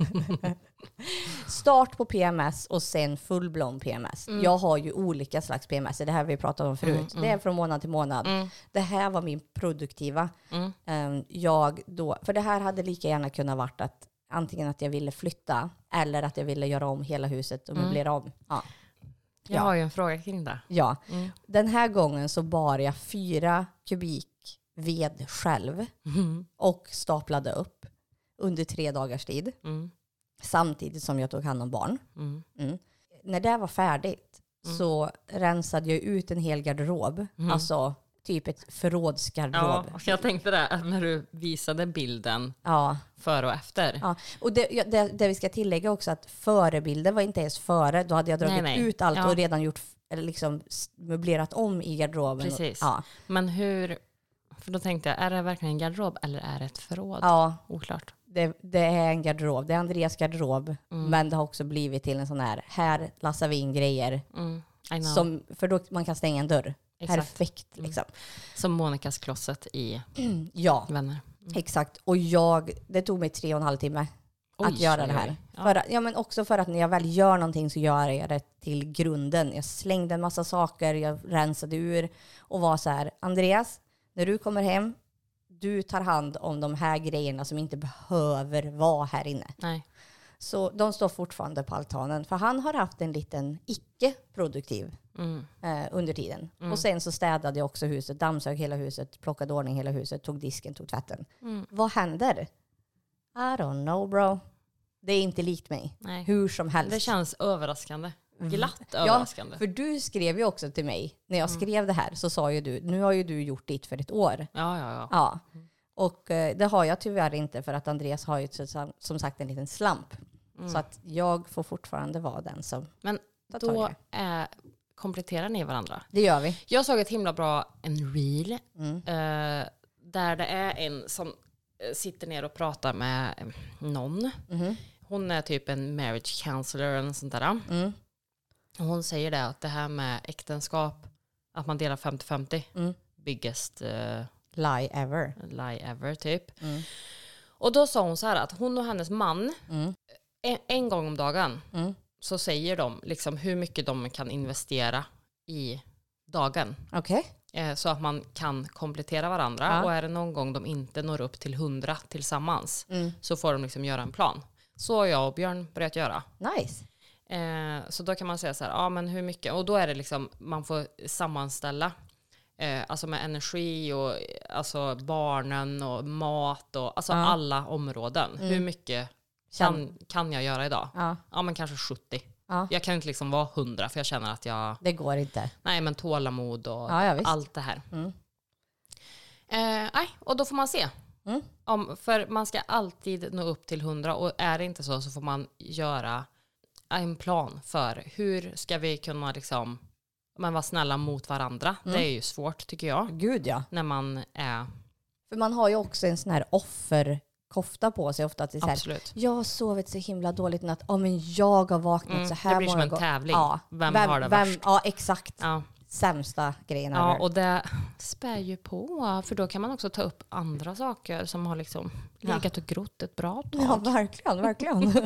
Start på P M S och sen fullblom P M S. Mm. Jag har ju olika slags P M S. Det här har vi pratat om förut. Mm, mm. Det är från månad till månad. Mm. Det här var min produktiva. Mm. Ehm, jag då, för det här hade lika gärna kunnat varit att antingen att jag ville flytta eller att jag ville göra om hela huset och Mm. möblera om. Ja. Jag Ja. har ju en fråga kring det. ja. Mm. Den här gången så bar jag fyra kubik ved själv Mm. och staplade upp under tre dagars tid. Mm. Samtidigt som jag tog hand om barn. Mm. Mm. När det var färdigt mm. så rensade jag ut en hel garderob. Mm. Alltså typ ett förrådsgarderob. Ja, jag tänkte det när du visade bilden ja. före och efter. Ja. Och det, det, det vi ska tillägga också att förebilden var inte ens före. Då hade jag dragit nej, nej. ut allt ja. och redan gjort eller liksom möblerat om i garderoben. Precis. Ja. Men hur, för då tänkte jag, är det verkligen en garderob eller är det ett förråd? Ja. Oklart. Det, det är en garderob. Det är Andreas garderob. Mm. Men det har också blivit till en sån här, här lassar vi in grejer. Mm. Som, för då man kan stänga en dörr. Exakt. Perfekt. Liksom. Mm. Som Monikas kloset i mm. ja. Vänner. Mm. Exakt. Och jag, det tog mig tre och en halv timme oj, att göra det här. Ja. För, ja, men också för att när jag väl gör någonting så gör jag det till grunden. Jag slängde en massa saker, jag rensade ur och var så här, Andreas, när du kommer hem, du tar hand om de här grejerna som inte behöver vara här inne. Nej. Så de står fortfarande på altanen. För han har haft en liten icke-produktiv mm. eh, under tiden. Mm. Och sen så städade jag också huset, dammsög hela huset, plockade ordning hela huset, tog disken, tog tvätten. Mm. Vad händer? I don't know, bro. Det är inte likt mig. Nej. Hur som helst. Det känns överraskande. Glatt ja, överraskande. För du skrev ju också till mig, när jag skrev mm. det här, så sa ju du, nu har ju du gjort ditt för ett år. Ja, ja, ja. ja. Och eh, det har jag tyvärr inte, för att Andreas har ju som sagt en liten slamp. Mm. Så att jag får fortfarande vara den som men tar då tag i det. Är, kompletterar ni varandra. Det gör vi. Jag såg ett himla bra en reel mm. eh, där det är en som sitter ner och pratar med någon. Mm. Hon är typ en marriage counselor eller sånt där. Mm. Och hon säger det att det här med äktenskap, att man delar femtio femtio, mm. biggest uh, lie ever. Lie ever typ. Mm. Och då sa hon så här att hon och hennes man mm. en, en gång om dagen mm. så säger de liksom hur mycket de kan investera i dagen. Okej. Okay. Så att man kan komplettera varandra. Ja. Och är det någon gång de inte når upp till hundra tillsammans mm. så får de liksom göra en plan. Så har jag och Björn börjat göra. Nice. Eh, så då kan man säga så här, ja men hur mycket? Och då är det liksom, man får sammanställa eh, alltså med energi och alltså barnen och mat och alltså ja. alla områden. Mm. Hur mycket kan, kan jag göra idag? Ja, ja men kanske sjuttio. Ja. Jag kan inte liksom vara hundra för jag känner att jag... Det går inte. Nej, men tålamod och ja, ja, allt det här. Mm. Eh, nej, och då får man se. Mm. Om, för man ska alltid nå upp till hundra och är det inte så så får man göra en plan för hur ska vi kunna liksom men vara snälla mot varandra. Mm. Det är ju svårt tycker jag. Gud ja. När man är... För man har ju också en sån här offer... kofta på sig ofta. Att det är så här, absolut. jag har sovit så himla dåligt natt. Ja, men jag har vaknat mm, så här. Det blir som en tävling. Ja. Vem, vem har det vem, värst? Ja, exakt. Ja. Sämsta grejen. Ja, och det spär ju på. För då kan man också ta upp andra saker som har liksom legat och grott ett bra tag. Ja, verkligen, verkligen.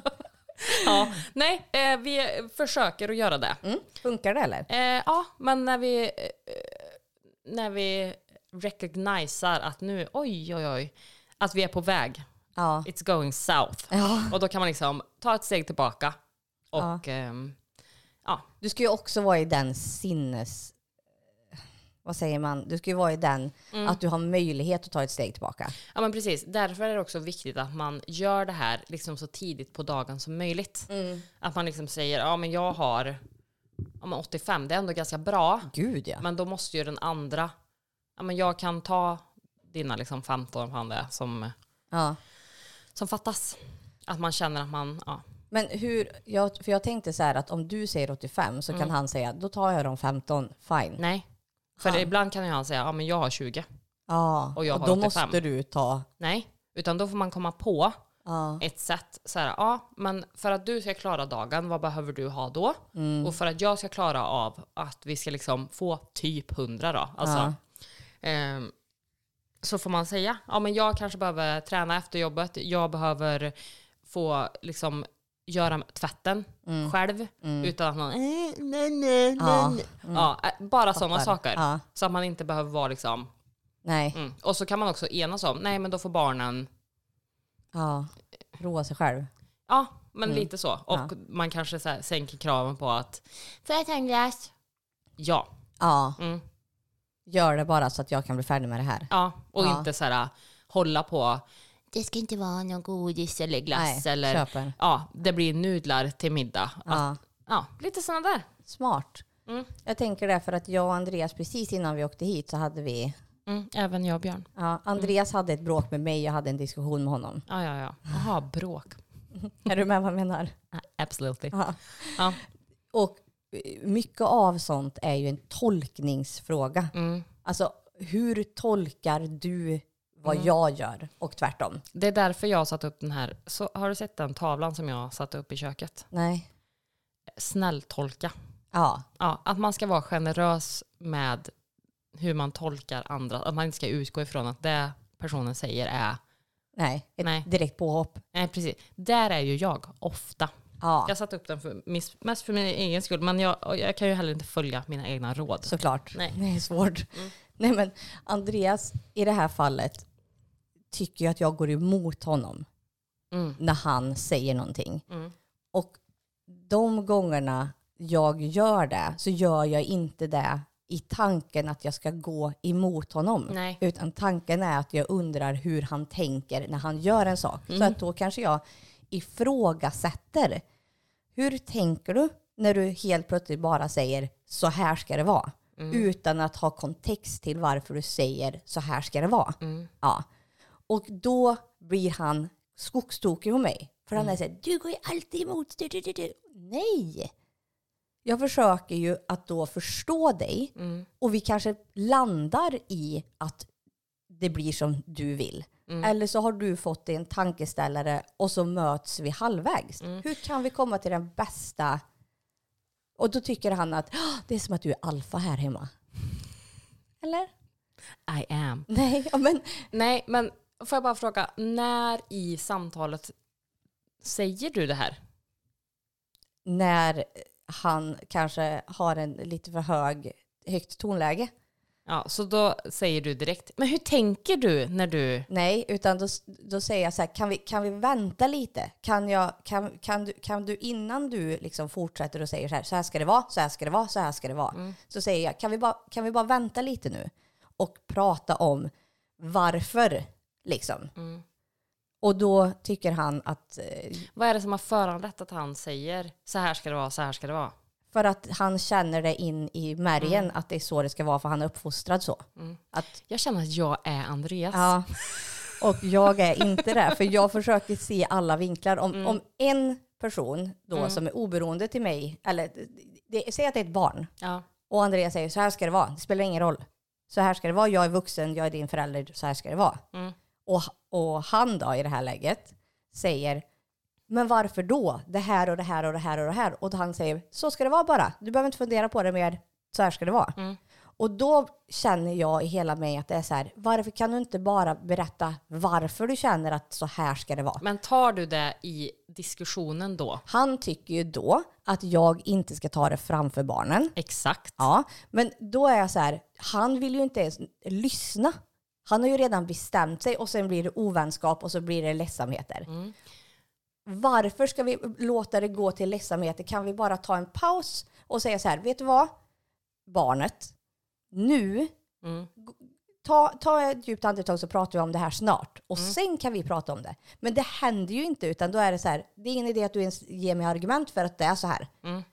ja, nej, eh, vi försöker att göra det. Mm. Funkar det eller? Eh, ja, men när vi eh, när vi recogniserar att nu, oj, oj, oj, att vi är på väg. Ja. It's going south. Ja. Och då kan man liksom ta ett steg tillbaka. Och ja. Ähm, ja. Du ska ju också vara i den sinnes... Vad säger man? Du ska ju vara i den mm. att du har möjlighet att ta ett steg tillbaka. Ja, men precis. Därför är det också viktigt att man gör det här liksom så tidigt på dagen som möjligt. Mm. Att man liksom säger, ja men jag har ja, men åttiofem, det är ändå ganska bra. Gud ja. Men då måste ju den andra, ja men jag kan ta dina liksom femton fan det som, ja. som fattas. Att man känner att man, ja. Men hur, jag, för jag tänkte så här att om du säger åttiofem så kan mm. han säga, då tar jag de femton, fine. Nej. För han. Ibland kan ju han säga, ja men jag har tjugo. Ja, och jag och har då åttiofem. Måste du ta... Nej, utan då får man komma på ja. ett sätt. Så här, ja, men för att du ska klara dagen, vad behöver du ha då? Mm. Och för att jag ska klara av att vi ska liksom få typ hundra då. Alltså, ja. eh, så får man säga, ja men jag kanske behöver träna efter jobbet. Jag behöver få liksom göra tvätten mm. själv mm. utan att någon nej, nej, nej. Ja. Mm. Ja, bara sådana saker. Ja. Så att man inte behöver vara liksom nej. Mm. Och så kan man också enas om, nej men då får barnen ja, roa sig själv. Ja, men mm. lite så. Och ja. man kanske så här, sänker kraven på att får jag ta en glass? Ja. Ja. Mm. Gör det bara så att jag kan bli färdig med det här. Ja, och ja. inte så här hålla på det ska inte vara någon godis eller glass. Nej, eller köper. Ja, det blir nudlar till middag. Ja, att, ja lite sådana där smart. Mm. Jag tänker därför att jag och Andreas precis innan vi åkte hit så hade vi... Mm, även jag och Björn. Ja, Andreas mm. hade ett bråk med mig. Jag hade en diskussion med honom. Ja, ja, ja. Jaha, bråk. Är du med vad jag menar? Absolutely. Ja. Ja. Och mycket av sånt är ju en tolkningsfråga. Mm. Alltså, hur tolkar du vad Mm. jag gör och tvärtom? Det är därför jag har satt upp den här. Så har du sett den tavlan som jag satte upp i köket? Nej. Snälltolka. Ja. Ja, att man ska vara generös med hur man tolkar andra. Att man inte ska utgå ifrån att det personen säger är... Nej, ett Nej. direkt påhopp. Nej, precis. Där är ju jag ofta. Ja, Jag satte upp den för, mest för min egen skull. Men jag, jag kan ju heller inte följa mina egna råd. såklart. Nej. Det är svårt. Mm. Nej, men Andreas, i det här fallet tycker jag att jag går emot honom Mm. när han säger någonting. Mm. Och de gångerna jag gör det så gör jag inte det i tanken att jag ska gå emot honom. Nej. Utan tanken är att jag undrar hur han tänker när han gör en sak. Mm. Så att då kanske jag ifrågasätter. Hur tänker du när du helt plötsligt bara säger så här ska det vara? Mm. Utan att ha kontext till varför du säger så här ska det vara. Mm. Ja. Och då blir han skogstokig på mig. För han är så här, du går ju alltid emot. Du, du, du, du. Nej! Jag försöker ju att då förstå dig. Mm. Och vi kanske landar i att det blir som du vill. Mm. Eller så har du fått en tankeställare och så möts vi halvvägs. Mm. Hur kan vi komma till den bästa? Och då tycker han att det är som att du är alfa här hemma. Eller? I am. Nej, ja, men... Nej, men får jag bara fråga, när i samtalet säger du det här? När han kanske har en lite för hög, högt tonläge. Ja, så då säger du direkt, men hur tänker du när du... Nej, utan då, då säger jag så här, kan vi, kan vi vänta lite? Kan, jag, kan, kan, du, kan du innan du liksom fortsätter och säger så här, så här ska det vara, så här ska det vara, så här ska det vara. Mm. Så säger jag, kan vi, bara, kan vi bara vänta lite nu? Och prata om varför, liksom. Mm. Och då tycker han att... Eh, Vad är det som har föranlett att han säger, så här ska det vara, så här ska det vara? för att han känner det in i märgen Mm. att det är så det ska vara, för han är uppfostrad så. Mm. Att, Jag känner att jag är Andreas. ja, och jag är inte det. För jag försöker se alla vinklar. Om, Mm. om en person då Mm. som är oberoende till mig, eller det, säg att det är ett barn, Ja. och Andreas säger så här ska det vara, det spelar ingen roll. Så här ska det vara, jag är vuxen, jag är din förälder, så här ska det vara. Mm. Och, och han då i det här läget säger, men varför då? Det här och det här och det här och det här. Och han säger, så ska det vara bara. Du behöver inte fundera på det mer, så här ska det vara. Mm. Och då känner jag i hela mig att det är så här, varför kan du inte bara berätta varför du känner att så här ska det vara? Men tar du det i diskussionen då? Han tycker ju då att jag inte ska ta det framför barnen. Exakt. Ja, men då är jag så här, han vill ju inte ens lyssna. Han har ju redan bestämt sig och sen blir det ovänskap och så blir det ledsamheter. Mm. Varför ska vi låta det gå till ledsamheter? Kan vi bara ta en paus och säga så här, vet du vad? Barnet, nu, Mm. ta, ta ett djupt andetag så pratar vi om det här snart. Och Mm. sen kan vi prata om det. Men det händer ju inte, utan då är det så här, det är ingen idé att du ens ger mig argument för att det är så här. Mm.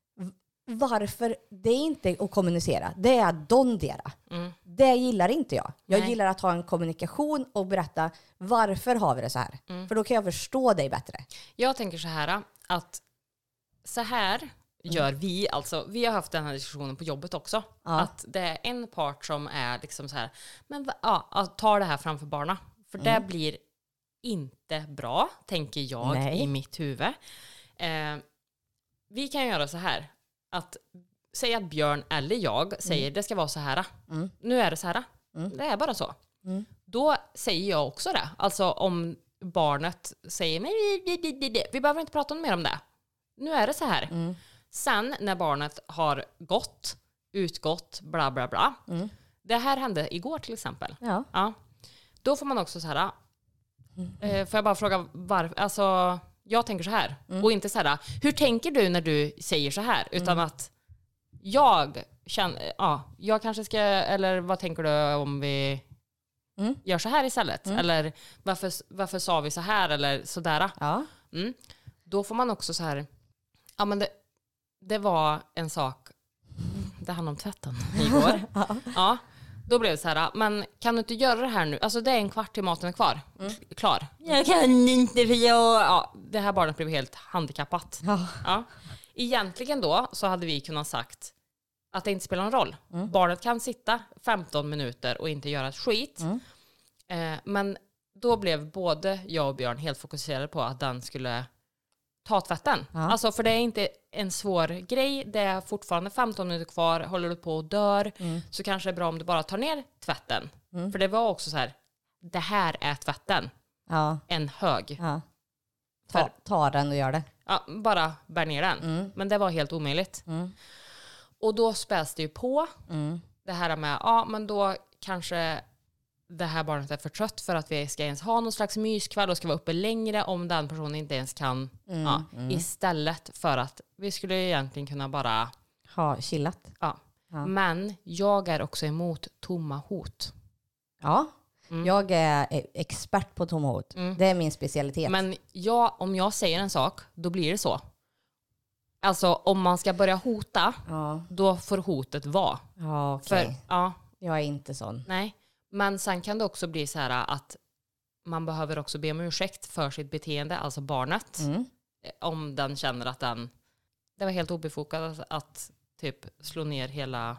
Varför? Det är inte att kommunicera, det är att dondera. Mm. Det gillar inte jag. Jag Nej. gillar att ha en kommunikation och berätta varför har vi det så här. Mm. För då kan jag förstå dig bättre. Jag tänker så här, att så här gör vi, alltså vi har haft den här diskussionen på jobbet också. Ja. Att det är en part som är liksom så här, men va- ja, tar det här framför barna. För det blir inte bra, tänker jag Nej. i mitt huvud. Eh, vi kan göra så här, att säga att Björn eller jag säger det ska vara så här. Mm. Nu är det så här. Mm. Det är bara så. Mm. Då säger jag också det. Alltså om barnet säger men vi behöver inte prata mer om det. Nu är det så här. Mm. Sen när barnet har gått, utgått, bla bla bla. Mm. Det här hände igår till exempel. Ja. Ja. Då får man också så här. Eh, får jag bara fråga varför? Alltså, jag tänker så här. Mm. Och inte så här, hur tänker du när du säger så här? Utan att jag känner, ja, jag kanske ska, eller vad tänker du om vi Mm. gör så här istället? Mm. Eller varför, varför sa vi så här eller sådär? Ja. Mm. Då får man också så här, ja men det, det var en sak, det handlade om tvätten igår. Ja. Ja, då blev det så här, men kan du inte göra det här nu? Alltså det är en kvart till maten är kvar. Mm. Klar. Jag kan inte för jag... Ja, det här barnet blev helt handikappat. Ja. Ja. Egentligen då så hade vi kunnat sagt att det inte spelar någon roll. Mm. Barnet kan sitta femton minuter och inte göra ett skit. Mm. Eh, men då blev både jag och Björn helt fokuserade på att den skulle ta tvätten. Ja. Alltså för det är inte en svår grej. Det är fortfarande femton minuter kvar. Håller du på och dör mm. så kanske det är bra om du bara tar ner tvätten. Mm. För det var också så här, det här är tvätten. Ja. En hög. Ja. Ta, ta den och gör det. Ja, bara bär ner den. Mm. Men det var helt omöjligt. Mm. Och då späs det ju på. Mm. Det här med, ja men då kanske det här barnet är för trött för att vi ska ens ha någon slags myskväll och ska vara uppe längre om den personen inte ens kan. Mm. Ja, mm. Istället för att vi skulle egentligen kunna bara ha chillat. Ja. Ja. Men jag är också emot tomma hot. Ja. Mm. Jag är expert på tomma hot. Mm. Det är min specialitet. Men jag, om jag säger en sak, då blir det så. Alltså om man ska börja hota, ja. Då får hotet vara. Ja, okej. Okay. Ja. Jag är inte sån. Nej, men sen kan det också bli så här att man behöver också be om ursäkt för sitt beteende, alltså barnet. Mm. Om den känner att den, det var helt obefogat att, att typ slå ner hela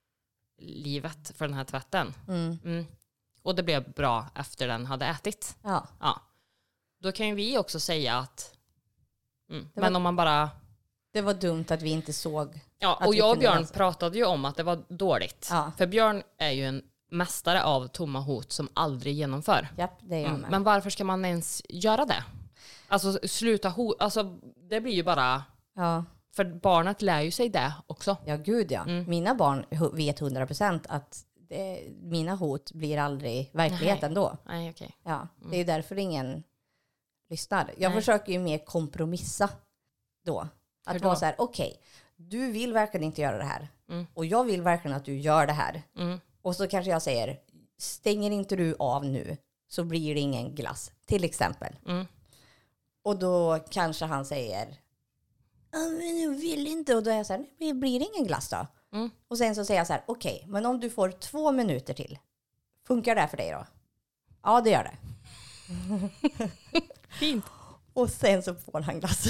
livet för den här tvätten. Mm. Mm. Och det blev bra efter den hade ätit. Ja. Ja. Då kan ju vi också säga att mm, men var, om man bara... Det var dumt att vi inte såg... Ja, och jag och Björn läsa. Pratade ju om att det var dåligt. Ja. För Björn är ju en mästare av tomma hot som aldrig genomför. Japp, det är jag mm. Men varför ska man ens göra det? Alltså sluta hot... Alltså det blir ju bara... Ja. För barnet lär ju sig det också. Ja, gud ja. Mm. Mina barn vet hundra procent att det, mina hot blir aldrig verklighet Nej. ändå. Nej, okay. Ja, mm. Det är ju därför ingen lyssnar. Jag Nej. försöker ju mer kompromissa då. Att vara så här, okej, okay, du vill verkligen inte göra det här. Mm. Och jag vill verkligen att du gör det här. Mm. Och så kanske jag säger, stänger inte du av nu så blir det ingen glass. Till exempel. Mm. Och då kanske han säger, men jag vill inte. Och då är jag så här, det blir det ingen glass då? Mm. Och sen så säger jag så här, okej, okay, men om du får två minuter till, funkar det för dig då? Ja, det gör det. Fint. Och sen så får han glass.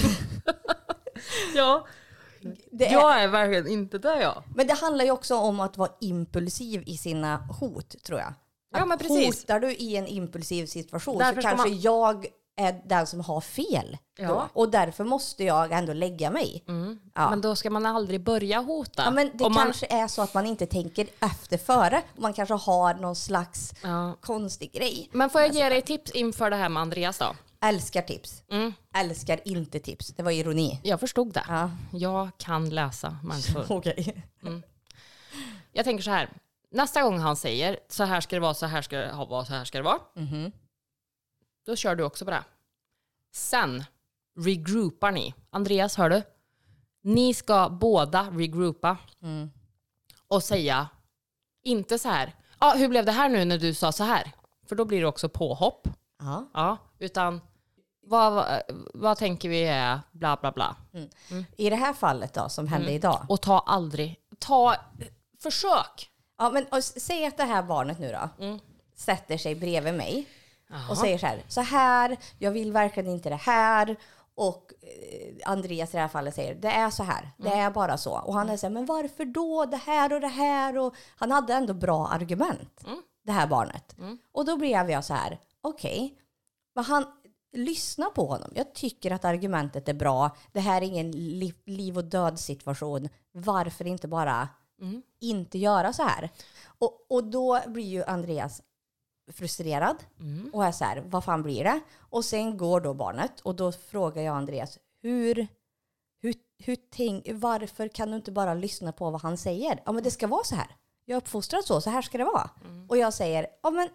Ja, det är, jag är verkligen inte där, ja. Men det handlar ju också om att vara impulsiv i sina hot, tror jag. Att ja, men precis. Hotar du i en impulsiv situation därför så kanske man... jag är den som har fel. Ja. Då. Och därför måste jag ändå lägga mig. Mm. Ja. Men då ska man aldrig börja hota. Ja, men det om kanske man... är så att man inte tänker efter före. Man kanske har någon slags ja. konstig grej. Men får jag ge dig tips inför det här med Andreas då? Älskar tips. Mm. Älskar inte tips. Det var ironi. Jag förstod det. Ja. Jag kan läsa människor. Okej. Mm. Jag tänker så här. Nästa gång han säger så här ska det vara, så här ska det vara, så här ska det vara. Mm-hmm. Då kör du också på det. Sen regroupar ni. Andreas, hör du? Ni ska båda regroupa. Mm. Och säga, inte så här. Ja, ah, hur blev det här nu när du sa så här? För då blir det också påhopp. Ja. Ja, utan vad, vad, vad tänker vi är bla bla bla. Mm. Mm. I det här fallet då, som hände mm. idag. Och ta aldrig, ta, försök. Ja, men och, säg att det här barnet nu då mm. sätter sig bredvid mig. Aha. Och säger så här, så här, jag vill verkligen inte det här. Och eh, Andreas i det här fallet säger, det är så här, mm. det är bara så. Och han är så här, men varför då, det här och det här. Och han hade ändå bra argument, mm. det här barnet. Mm. Och då blev jag så här, okej, okay, men han, lyssna på honom. Jag tycker att argumentet är bra. Det här är ingen liv, liv och död situation. Varför inte bara mm. inte göra så här? Och, och då blir ju Andreas frustrerad mm. och är så här, vad fan blir det? Och sen går då barnet och då frågar jag Andreas, hur, hur, hur tänk, varför kan du inte bara lyssna på vad han säger? Ja, men det ska vara så här. Jag är uppfostrad så, så här ska det vara. Mm. Och jag säger, ja men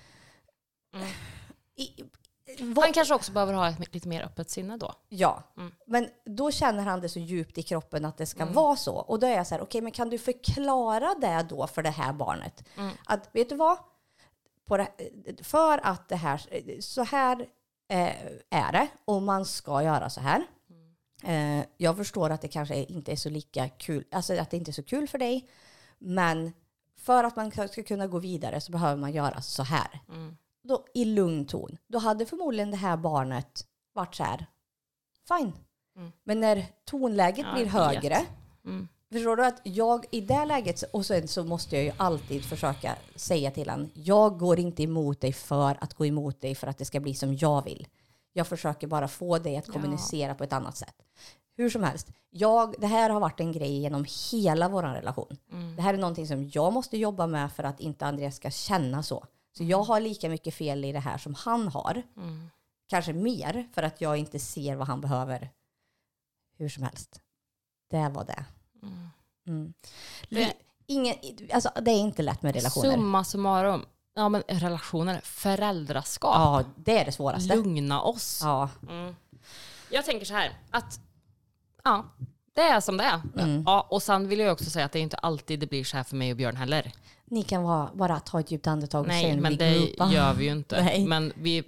mm. i, vad, han kanske också behöver ha ett lite mer öppet sinne då. Ja, mm. men då känner han det så djupt i kroppen att det ska mm. vara så. Och då är jag så här, okej, okay, men kan du förklara det då för det här barnet? Mm. Att, vet du vad? På det, för att det här, så här eh, är det och man ska göra så här. Mm. Eh, jag förstår att det kanske inte är så lika kul, alltså att det inte är så kul för dig. Men för att man ska kunna gå vidare så behöver man göra så här. Mm. Då, i lugn ton. Då hade förmodligen det här barnet varit så här, fine. Mm. Men när tonläget Ja, blir jag högre, vet. Mm. förstår du att jag i det läget, och sen så måste jag ju alltid försöka säga till han, jag går inte emot dig för att gå emot dig för att det ska bli som jag vill. Jag försöker bara få dig att kommunicera Ja. på ett annat sätt. Hur som helst, jag, det här har varit en grej genom hela vår relation. Mm. Det här är någonting som jag måste jobba med för att inte Andreas ska känna så. Så jag har lika mycket fel i det här som han har. Mm. Kanske mer för att jag inte ser vad han behöver. Hur som helst. Det var det. Mm. Mm. Det- Ingen, alltså, det är inte lätt med relationer. Summa summarum. Ja, men relationer, föräldraskap. Ja, det är det svåraste. Lugna oss. Ja. Mm. Jag tänker så här, att ja, det är som det är. Mm. Ja, och sen vill jag också säga att det är inte alltid det blir så här för mig och Björn heller. Ni kan vara, bara ta ett djupt andetag och Nej, sen men vi det gruppa. gör vi ju inte. Nej. Men vi,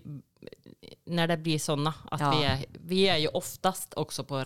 när det blir sådana, att Ja. vi, är, vi är ju oftast också på äh,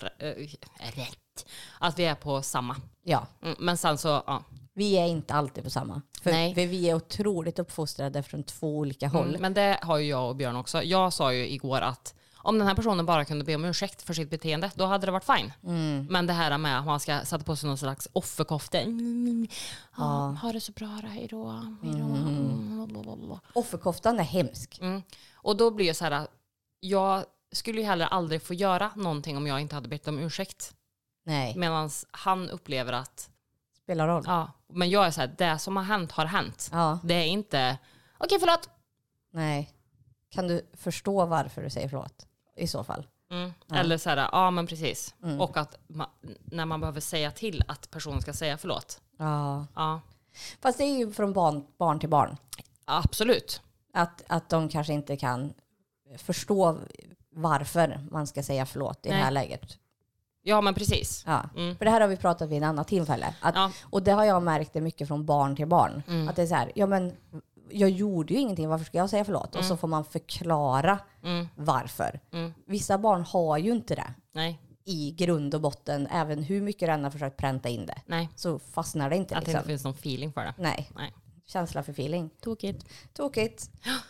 rätt. Att vi är på samma. Ja, Mm, men sen så, ja. vi är inte alltid på samma. För, Nej. för vi är otroligt uppfostrade från två olika håll. Mm, men det har ju jag och Björn också. Jag sa ju igår att om den här personen bara kunde be om ursäkt för sitt beteende, då hade det varit fine. Mm. Men det här med att man ska sätta på sig någon slags offerkofta. Mm, ja, Ja. ha det så bra då, hej då. Hej då. Mm. blablabla. Offerkoftan är hemsk. Mm. Och då blir det så här, jag skulle ju heller aldrig få göra någonting om jag inte hade bett om ursäkt. Nej, Medan han upplever att, spelar roll. ja, men jag är så här, det som har hänt har hänt. Ja, Det är inte, okej förlåt. nej. Kan du förstå varför du säger förlåt? I så fall. Mm. Ja. Eller så här, ja men precis. Mm. Och att ma- när man behöver säga till att personen ska säga förlåt. Ja. Ja, Fast det är ju från barn, barn till barn. absolut. Att, att de kanske inte kan förstå varför man ska säga förlåt i Nej. det här läget. Ja men precis. Ja. Mm. För det här har vi pratat vid en annat tillfälle. Att, Ja. Och det har jag märkt det mycket från barn till barn. Mm. Att det är så här, ja men jag gjorde ju ingenting, varför ska jag säga förlåt? Och så får man förklara Mm. varför. Mm. Vissa barn har ju inte det Nej, i grund och botten, även hur mycket den har försökt pränta in det. nej. Så fastnar det inte Att det liksom. inte finns någon feeling för det. Nej, Nej. känsla för feeling. Tokigt. Tokigt.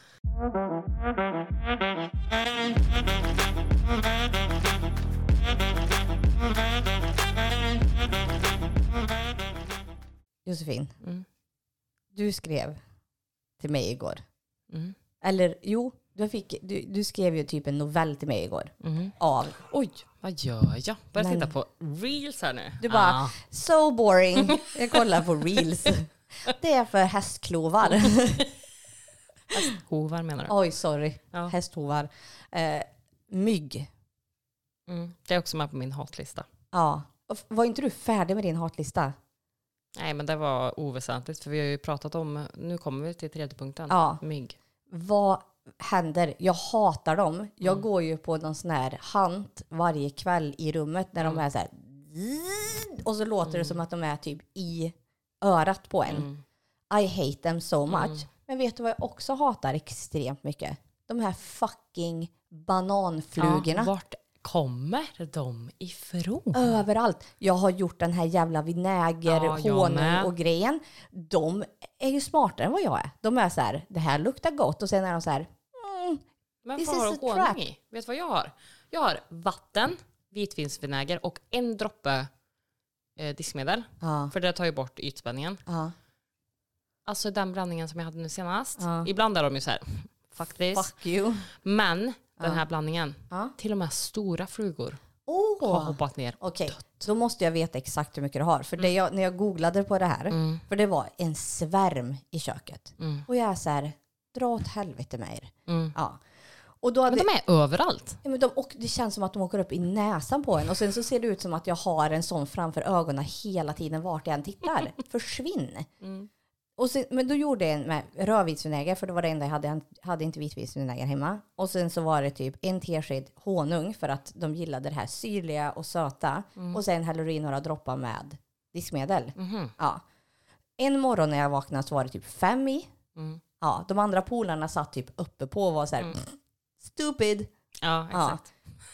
Josefin, Mm. du skrev till mig igår. Mm. Eller jo, du, fick, du, du skrev ju typ en novell till mig igår. Mm. Av, Oj, vad gör jag? Börjar Men- titta på reels här nu. du bara, Ah. so boring. Jag kollar på reels. Det är för hästklovar. Hovar menar du? Oj, sorry. Ja. Hästhovar. Eh, mygg. Mm. Det är också med på min hatlista. Ja. Och f- var inte du färdig med din hatlista? Nej men det var oväsentligt för vi har ju pratat om, nu kommer vi till tredje punkten. Ja. Mygg. Vad händer? Jag hatar dem. Jag Mm. går ju på någon sån här hant varje kväll i rummet när Mm. de är så här. Och så låter det som att de är typ i örat på en. Mm. I hate them so much. Mm. Men vet du vad jag också hatar extremt mycket? De här fucking bananflugorna. Ja, vart kommer de ifrån? Överallt. Jag har gjort den här jävla vinäger, Ja, jag honung med. och grejen. De är ju smartare än vad jag är. De är så här, det här luktar gott. Och sen är de så här, mm, Men This vad har is du a trap. honung i? Vet du vad jag har? Jag har vatten, vitvinsvinäger och en droppe eh, diskmedel. ja, För det tar ju bort ytspänningen. ja, Alltså den blandningen som jag hade nu senast. Ja. Ibland är de ju så här, fuck this. fuck you. Men den Ja. här blandningen, Ja. till och med stora flugor Oh. har hoppat ner. Okej, då måste jag veta exakt hur mycket du har. För det jag, när jag googlade på det här, Mm. för det var en svärm i köket. Mm. Och jag är så här, dra åt helvete med er. Mm. Ja. Och, då hade, Men de är överallt. ja, men de, och det känns som att de åker upp i näsan på en. Och sen så ser det ut som att jag har en sån framför ögonen hela tiden vart jag än tittar. Försvinn. Mm. Och sen, men då gjorde jag en med rödvinsvinäger, för det var det enda jag hade. Jag hade inte vitvinsvinäger hemma. Och sen så var det typ en tesked honung för att de gillade det här syrliga och söta. Mm. Och sen häller du i några droppar med diskmedel. Mhm. Ja. En morgon när jag vaknade så var det typ fem i. Mm. Ja, de andra polarna satt typ uppe på och var så här, Mm. stupid. Ja, Ja. exakt.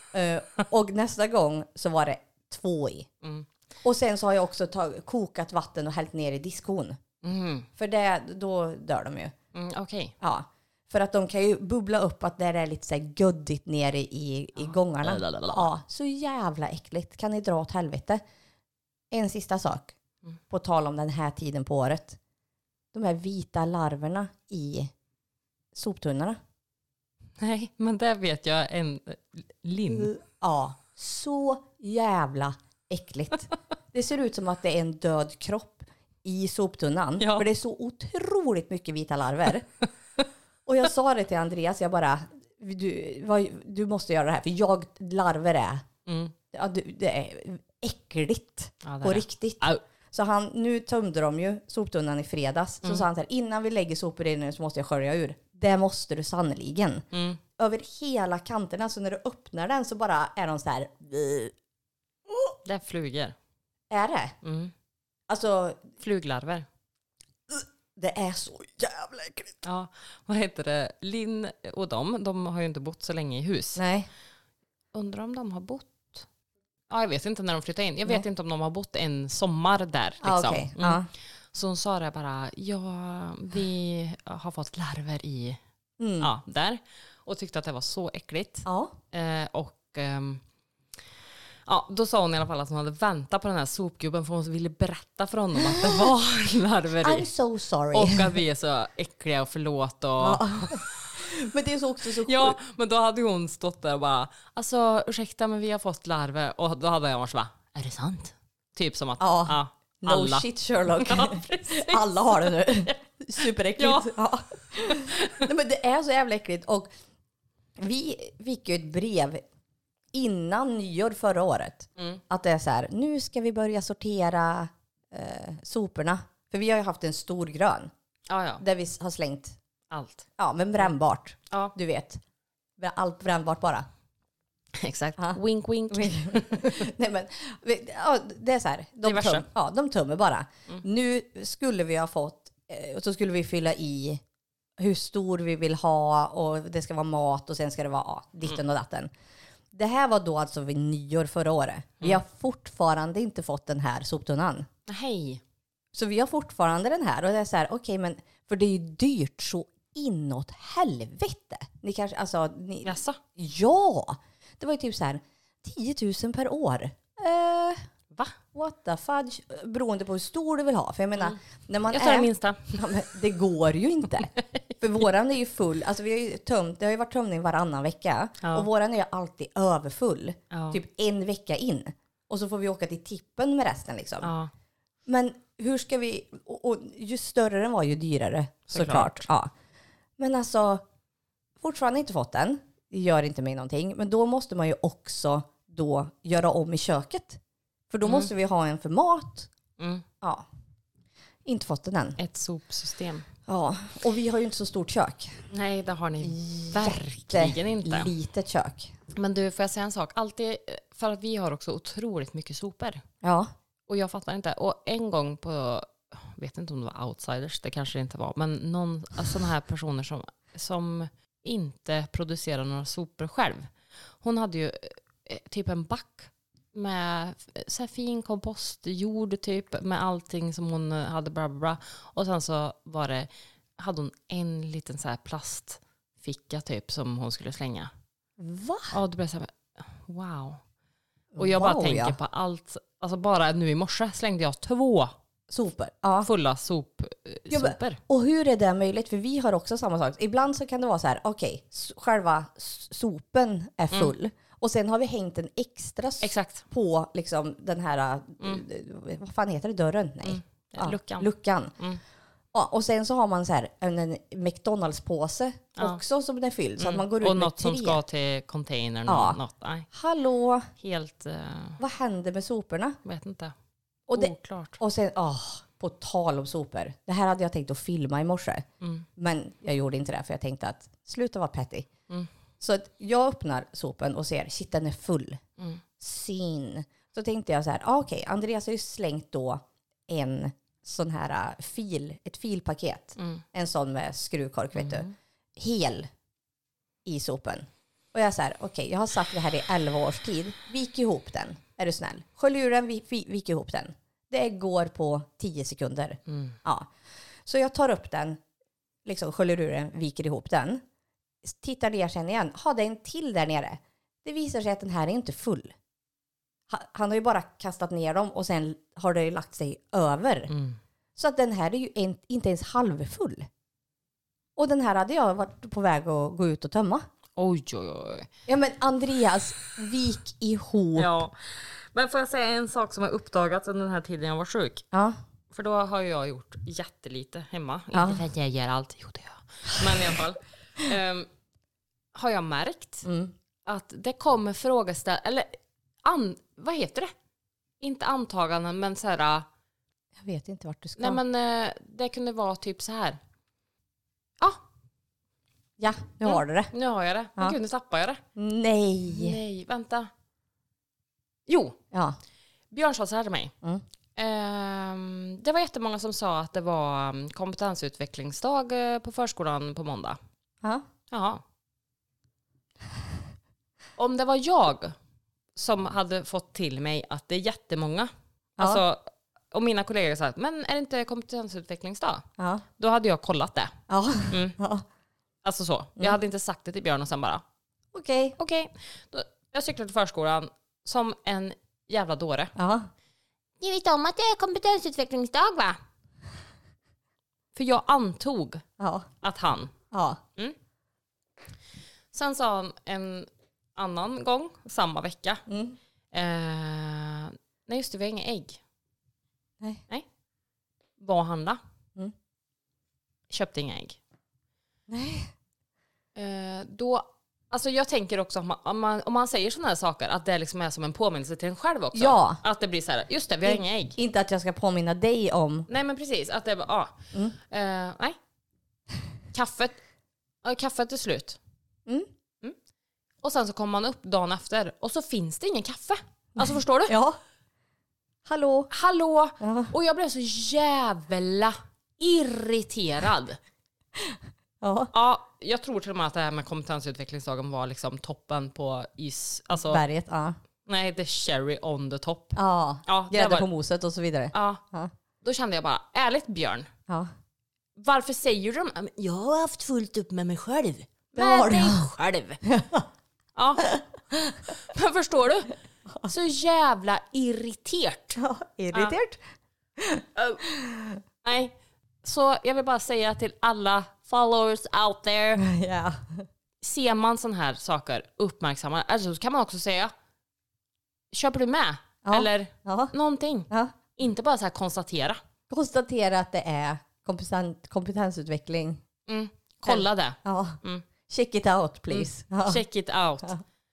Uh, och nästa gång så var det två i. Mm. Och sen så har jag också tag- kokat vatten och hällt ner i diskon. Mm. För det, då dör de ju. Mm, Okej. Okay. Ja. För att de kan ju bubbla upp att det är lite så här göddigt nere i, i gångarna. Lalalala. Ja, så jävla äckligt. Kan ni dra åt helvete? En sista sak. Mm. På tal om den här tiden på året. De här vita larverna i soptunnorna. Nej, men där vet jag en Linn. Ja, så jävla äckligt. Det ser ut som att det är en död kropp i soptunnan. Ja. För det är så otroligt mycket vita larver. Och jag sa det till Andreas, jag bara, du, vad, du måste göra det här. För jag, larver är, Mm. ja, du, det är äckligt Ja, det på är det. riktigt. Au. Så han, nu tömde de ju soptunnan i fredags. Mm. Så sa han så här, innan vi lägger sopor i den så måste jag skölja ur. Det måste du sannoliken. Mm. Över hela kanterna, så när du öppnar den så bara är de så här, Det är flugor. är det? Mm. Alltså, Fluglarver. det är så jävla äckligt. Ja, vad heter det? Linn och de, de har ju inte bott så länge i hus. Nej. Undrar om de har bott... Ja, jag vet inte när de flyttade in. Jag vet Nej. inte om de har bott en sommar där. Liksom. Ah, okej. Mm. Ja. Så hon sa det bara, ja, vi har fått larver i... Mm. Ja, där. Och tyckte att det var så äckligt. Ja. Eh, och ehm, ja, då sa hon i alla fall att hon hade väntat på den här sopgubben för hon ville berätta för honom att det var larver I'm i. so sorry. Och att vi är så äckliga och förlåt. Och... Ja. Men det är så också så sjukt. Ja, men då hade hon stått där och bara, alltså ursäkta men vi har fått larver. Och då hade jag varit så bara, är det sant? Typ som att, Ja. ja, No alla. shit Sherlock. Ja, precis. Alla har det nu. Superäckligt. Ja. Ja. Nej, men det är så jävla äckligt. Och vi fick ju ett brev innan nyår förra året. Mm. Att det är så här, nu ska vi börja sortera eh, soporna. För vi har ju haft en stor grön. Ja, ja, Där vi har slängt, allt. ja men brännbart. Ja, Du vet. Allt brännbart bara. exakt. Ja. Wink, wink. Nej men, vi- ja, det är så här. De, Diverse. tum, ja, de tummer bara. Mm. Nu skulle vi ha fått, eh, och så skulle vi fylla i hur stor vi vill ha och det ska vara mat och sen ska det vara ja, ditten och datten. Det här var då alltså vid nyår förra året. Vi har fortfarande inte fått den här soptunnan. Hej. Så vi har fortfarande den här och det är så här, okej men, för det är ju dyrt så inåt helvete. Ni kanske, alltså, ni, Jaså? ja, det var ju typ så här tio tusen per år. Eh, Va? what the fudge? Beroende på hur stor du vill ha. För jag menar, när man Jag tar det är... minsta. Ja, men det går ju inte. För våran är ju full. Alltså vi har ju tömt, det har ju varit tömning varannan vecka. Ja. Och våran är ju alltid överfull. Ja. Typ en vecka in. Och så får vi åka till tippen med resten liksom. Ja. Men hur ska vi... Och, och ju större den var ju dyrare såklart. Såklart. Ja. Men alltså, fortfarande inte fått den. Det gör inte mig någonting. Men då måste man ju också då göra om i köket. För då Mm. måste vi ha en för mat. Mm. Ja. Inte fått den än. Ett sopsystem. Ja. Och vi har ju inte så stort kök. Nej, det har ni verkligen inte. Litet kök. Men du, får jag säga en sak? Alltid, för att vi har också otroligt mycket sopor. Ja. Och jag fattar inte. Och en gång på, jag vet inte om det var outsiders, det kanske det inte var, men någon sådana här personer som, som inte producerar några sopor själv. Hon hade ju eh, typ en back med så här fin kompostjord typ med allting som hon hade bla bla bla. Och sen så var det, hade hon en liten så här plastficka typ som hon skulle slänga. Va? Ja, det blev så här, wow. Och jag bara Wow, tänker ja. på allt, alltså bara nu i morse slängde jag två Sopor. Ja. fulla sop, Ja, men- sopor. Och hur är det möjligt? För vi har också samma sak. Ibland så kan det vara så här, okej, s- själva s- sopen är full. Och sen har vi hängt en extra s- Exakt. på liksom den här, eh, vad fan heter det, dörren? Nej. Ja, luckan. luckan. Mm. Ja, och sen så har man så här en, en McDonalds-påse Ja. också som den är fylld. Så att man går ut Och med något som tre. ska till containern. Ja. Och något. Nej, Hallå, helt, uh, vad händer med soporna? vet inte. Och, det, Oklart. och sen, åh, på tal om sopor. Det här hade jag tänkt att filma i morse. Mm. Men jag gjorde inte det för jag tänkte att sluta vara petty. Mm. Så att jag öppnar sopen och ser, shit den är full. Mm. Sin. Så tänkte jag så här, ah, okej, Andreas har ju slängt då en sån här uh, fil, ett filpaket. Mm. En sån med skruvkork, vet du. Hel i sopen. Och jag säger, okej, okay, jag har sagt det här i elva års tid. Vik ihop den, är du snäll. Skölj ur den, vik, vik ihop den. Det går på tio sekunder. Mm. Ja. Så jag tar upp den, liksom sköljer ur den, viker ihop den. Tittar ner sen igen. Har det en till där nere? Det visar sig att den här är inte full. Han har ju bara kastat ner dem och sen har det lagt sig över. Mm. Så att den här är ju en, inte ens halvfull. Och den här hade jag varit på väg att gå ut och tömma. Oj, oj, oj. Ja men Andreas, vik ihop. Ja. Men får jag säga en sak som har uppdagats under den här tiden jag var sjuk? Ja. För då har jag gjort jättelite hemma. Ja. Inte för att jag gör allt. Jo, det gör jag. Men i alla fall. um, har jag märkt Mm. att det kommer frågeställ... Eller, an, vad heter det? Inte antaganden, men så här... Jag vet inte vart du ska. Nej, men uh, det kunde vara typ så här. Ja. Ja, nu har du det. Nu har jag det. Men Ja. gud, nu tappar jag det. Nej. Nej, vänta. Jo, Ja. Björn sa så här till mig. Mm. Um, det var jättemånga som sa att det var um, kompetensutvecklingsdag uh, på förskolan på måndag. Ja. Jaha. Om det var jag som hade fått till mig att det är jättemånga. Ja. Alltså, och mina kollegor sa att men är det inte kompetensutvecklingsdag? Ja. Då hade jag kollat det. Ja. Mm. Ja. Alltså så. Jag hade inte sagt det till Björn och sen bara Okej. okej. Okay. Jag cyklade till förskolan som en jävla dåre. Ja. Ni vet om att det är kompetensutvecklingsdag, va? För jag antog Ja. att han... Ja. Mm. Sen sa han en annan gång, samma vecka. Mm. Eh, nej just det, vi har inga ägg. Nej. Nej. Var och handla. Mm. Köpte inga ägg. Nej. Eh, då... Alltså jag tänker också om man, om man, om man säger sådana här saker att det liksom är som en påminnelse till en själv också. Ja. Att det blir så här, just det, vi har In, inga ägg. Inte att jag ska påminna dig om. Nej men precis, att det bara, ja. Mm. Eh, nej. Kaffet, ja, kaffet är slut. Mm. Mm. Och sen så kommer man upp dagen efter och så finns det ingen kaffe. Alltså förstår du? Ja. Hallå. Hallå! Ja. Och jag blev så jävla irriterad. Ja. Ja, jag tror till och med att det här med kompetensutvecklingsdagen var liksom toppen på is. Alltså, Berget. Ja. nej, the cherry on the top. Ja. Ja, det Grädde var, på moset och så vidare. ja, Ja. då kände jag bara, ärligt Björn, Ja. varför säger du de? Jag har haft fullt upp med mig själv. Det har Med dig du. själv. Ja. Men förstår du? Så jävla irriterat. Ja. Irriterat. Oh. Nej. Så jag vill bara säga till alla followers out there. Ja. Ser man sån här saker, uppmärksamma. Alltså så kan man också säga, köper du med? Ja. Eller Ja. någonting. Ja. Inte bara så här konstatera. Konstatera att det är kompeten- kompetensutveckling. Mm. Kolla det. Ja. Mm. Check it out please. Ja. Check it out.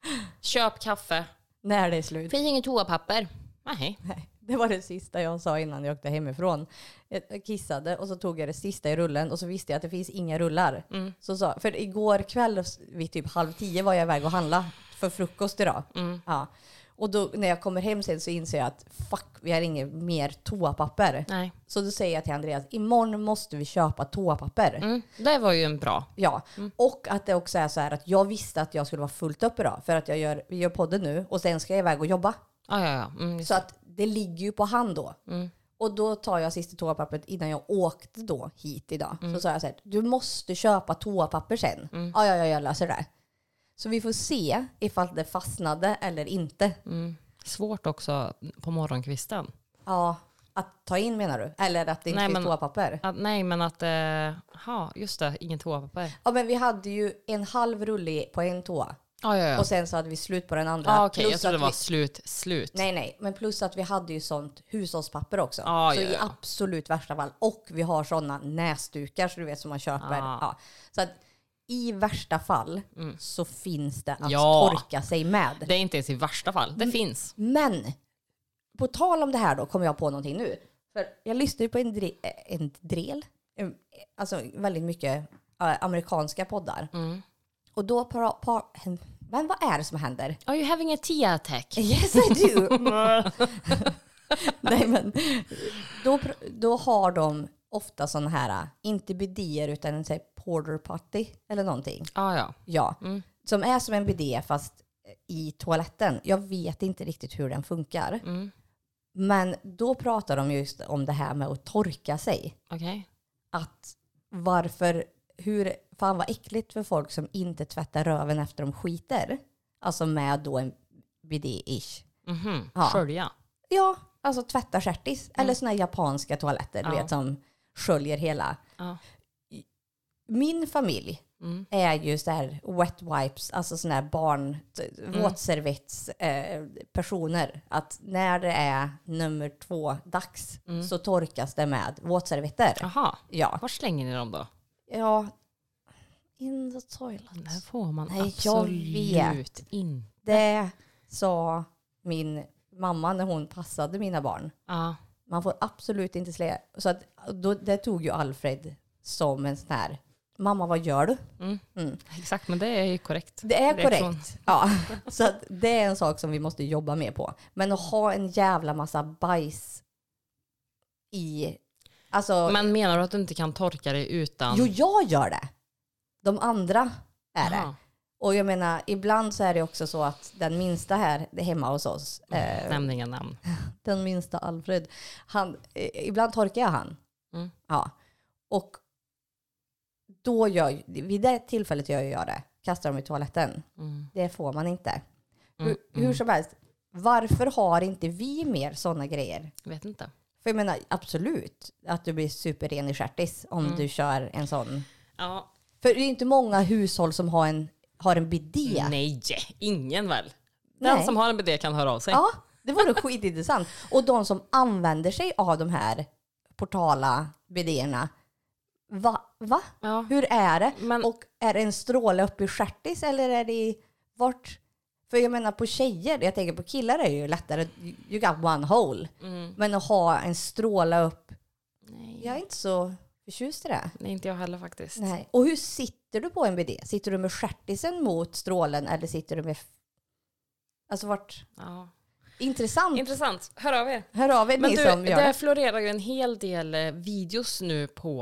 Köp kaffe. När det är slut. Finns inget toapapper. Nej. Nej, det var det sista jag sa innan jag åkte hemifrån. Jag kissade och så tog jag det sista i rullen och så visste jag att det finns inga rullar. Mm. Så sa, för igår kväll vid typ halv tio var jag iväg och handla för frukost idag. Mm. Ja. Och då när jag kommer hem sen så inser jag att fuck, vi har inget mer toapapper. Nej. Så då säger jag till Andreas, imorgon måste vi köpa toapapper. Mm. Det var ju en bra. Ja, och att det också är så här att jag visste att jag skulle vara fullt upp idag. För att jag gör, vi gör podden nu och sen ska jag iväg och jobba. Ah, ja, ja. Mm, just Så att det ligger ju på hand då. Mm. Och då tar jag sista toapappret innan jag åkte då hit idag. Mm. Så sa jag så här, du måste köpa toapapper sen. Mm. Ja, ja, ja, jag läser det. Så vi får se ifall det fastnade eller inte. Mm. Svårt också på morgonkvisten. Ja, att ta in menar du? Eller att det inte Nej, finns men- toapapper? Att, nej, men att... Eh, ha, just det. Ingen toapapper. Ja, men vi hade ju en halv rulle på en toa. Ah, ja, ja. Och sen så hade vi slut på den andra. Ah, okej. Plus Jag trodde att det var vi, slut, slut. Nej, nej. Men plus att vi hade ju sånt hushållspapper också. Ah, så ja, i ja. absolut värsta fall. Och vi har sådana näsdukar så du vet som man köper. Ah. Ja. Så att i värsta fall Mm. så finns det att Ja. torka sig med. Det är inte ens i värsta fall. Det finns. Men på tal om det här då kommer jag på någonting nu. För jag lyssnade ju på en, dre- en drel. En- Alltså väldigt mycket äh, amerikanska poddar. Mm. Och då par, par, men vad är det som händer? Are you having a tea attack? Yes I do! Nej men då, pr- då har de ofta sån här, inte bidéer utan en sån porter potty eller någonting. Ah, ja. Ja, Mm. som är som en bidé fast i toaletten. Jag vet inte riktigt hur den funkar. Mm. Men då pratar de just om det här med att torka sig. Okej. Att varför, hur, fan vad äckligt för folk som inte tvättar röven efter de skiter. Alltså med då en bidé-ish. Mhm. Ja. Skölja. Ja, alltså tvätta stjärtis. Mm. Eller såna här japanska toaletter, du Ja. vet, som sköljer hela. Ja. Min familj Mm. är ju så här wet wipes, alltså såna här barn, Mm. våtservets eh, personer. Att när det är nummer två dags Mm. så torkas det med våtservetter. Jaha. Ja. Var slänger ni dem då? Ja, in the toilet. Det får man Nej, jag absolut vet. inte. Det sa min mamma när hon passade mina barn. Ja. Man får absolut inte slä. Så att, då, det tog ju Alfred som en sån här, mamma vad gör du? Mm. Mm. Exakt, men det är ju korrekt. Det är reaktion. korrekt. Ja. Så att det är en sak som vi måste jobba med på. Men att ha en jävla massa bajs i... Alltså, Men menar du att du inte kan torka dig utan... jo, jag gör det. De andra är det. Aha. Och jag menar, ibland så är det också så att den minsta här hemma hos oss, eh, Nämn inga namn. den minsta Alfred, han, eh, ibland torkar jag han. Mm. Ja. Och då gör, vid det tillfället gör jag det. Kastar dem i toaletten. Mm. Det får man inte. Mm. Hur, hur som helst, varför har inte vi mer sådana grejer? Vet inte. För jag menar, absolut att du blir superren i stjärtis om Mm. du kör en sån. Ja. För det är inte många hushåll som har en, har en bidé. Nej, ingen väl. Den Nej. som har en bidé kan höra av sig. Ja, det vore skitintressant. Och de som använder sig av de här portala bidéerna, va? va? Ja. Hur är det? Men- Och är det en stråle upp i stjärtis eller är det i, vart? För jag menar på tjejer, jag tänker på killar är det ju lättare, you got one hole. Mm. Men att ha en stråle upp, Nej. jag är inte så förtjust i det. Nej, inte jag heller faktiskt. Nej. Och hur sitter du på en bidé? Sitter du med stjärtisen mot strålen eller sitter du med... f- Alltså vart... Ja. Intressant. Intressant. Hör av er. Hör av er Men ni du, som gör det det. florerar ju en hel del eh, videos nu på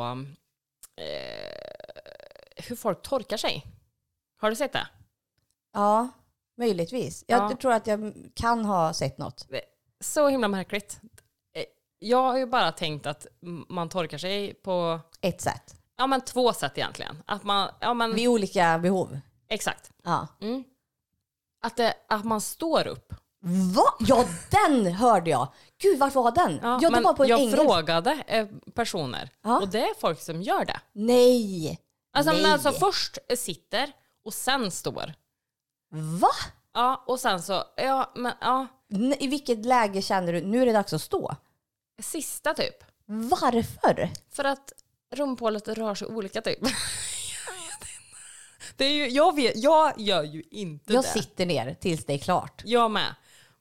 eh, hur folk torkar sig. Har du sett det? Ja, möjligtvis. Jag Ja. tror att jag kan ha sett något. Så himla märkligt. Eh, Jag har ju bara tänkt att m- man torkar sig på Ett sätt. ja, men två sätt egentligen. Att man, ja, men, Vid olika behov. exakt. Ja. Mm. Att, det, att man står upp. Va? Ja, den hörde jag. Gud, vart var den? Ja, Ja, det men var på en jag engelsk. frågade eh, personer Ja. och det är folk som gör det. Nej. Alltså, Nej. men alltså först sitter och sen står. Va? Ja, och sen så, ja, men ja, N- I vilket läge känner du, nu är det dags att stå? sista typ. Varför? För att rumphålet rör sig olika typ. Det är ju, jag, vet, jag gör ju inte Jag det. sitter ner tills det är klart. Jag med.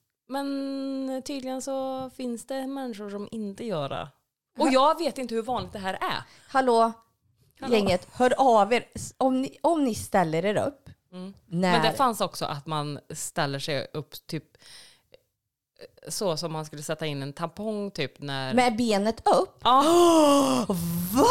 Men tydligen så finns det människor som inte gör det. Och jag vet inte hur vanligt det här är. Hallå, Hallå. gänget, hör av er. S- Om ni, om ni ställer er upp. Mm. När... Men det fanns också att man ställer sig upp typ så som man skulle sätta in en tampong typ när... Med benet upp? Ja. Va?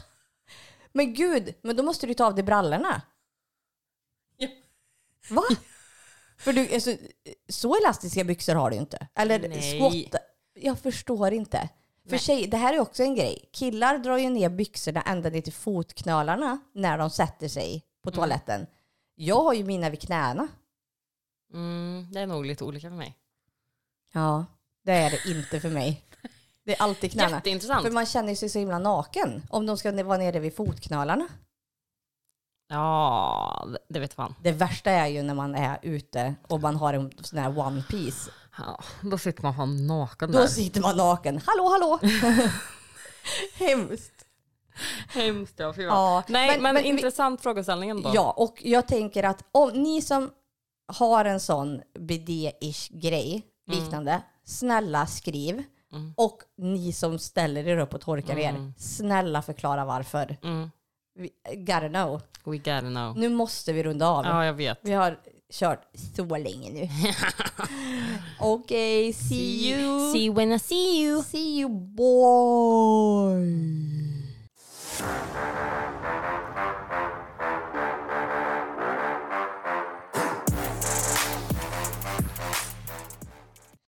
Men gud, men då måste du ta av dig brallorna. Ja. Va? För du, alltså, så elastiska byxor har du inte. Eller Nej. squat. Jag förstår inte. För Nej. tjej, det här är också en grej. Killar drar ju ner byxorna ända ner till fotknölarna när de sätter sig på toaletten. Jag har ju mina vid knäna. Mm, det är nog lite olika för mig. Ja, det är det inte för mig. Det är alltid knäna. Jätteintressant. För man känner sig så himla naken om de ska vara nere vid fotknölarna. Ja, det- det vet fan. Det värsta är ju när man är ute och man har en sån här one piece. Ja, då sitter man fan naken Då sitter man naken. Hallå, hallå! Hemskt. Hemskt, ja. Fy Ja, Nej, men, men- men vi- intressant frågeställning ändå. Ja, och jag tänker att om ni som har en sån bidé-ish grej, liknande, snälla skriv. Mm. Och ni som ställer er upp och torkar er, Mm. snälla förklara varför. Mm. Vi, gotta know. We gotta know. Nu måste vi runda av. Ja, jag vet. Vi har kört så länge nu. Okej, okay, see you. See you when I see you. See you, boy.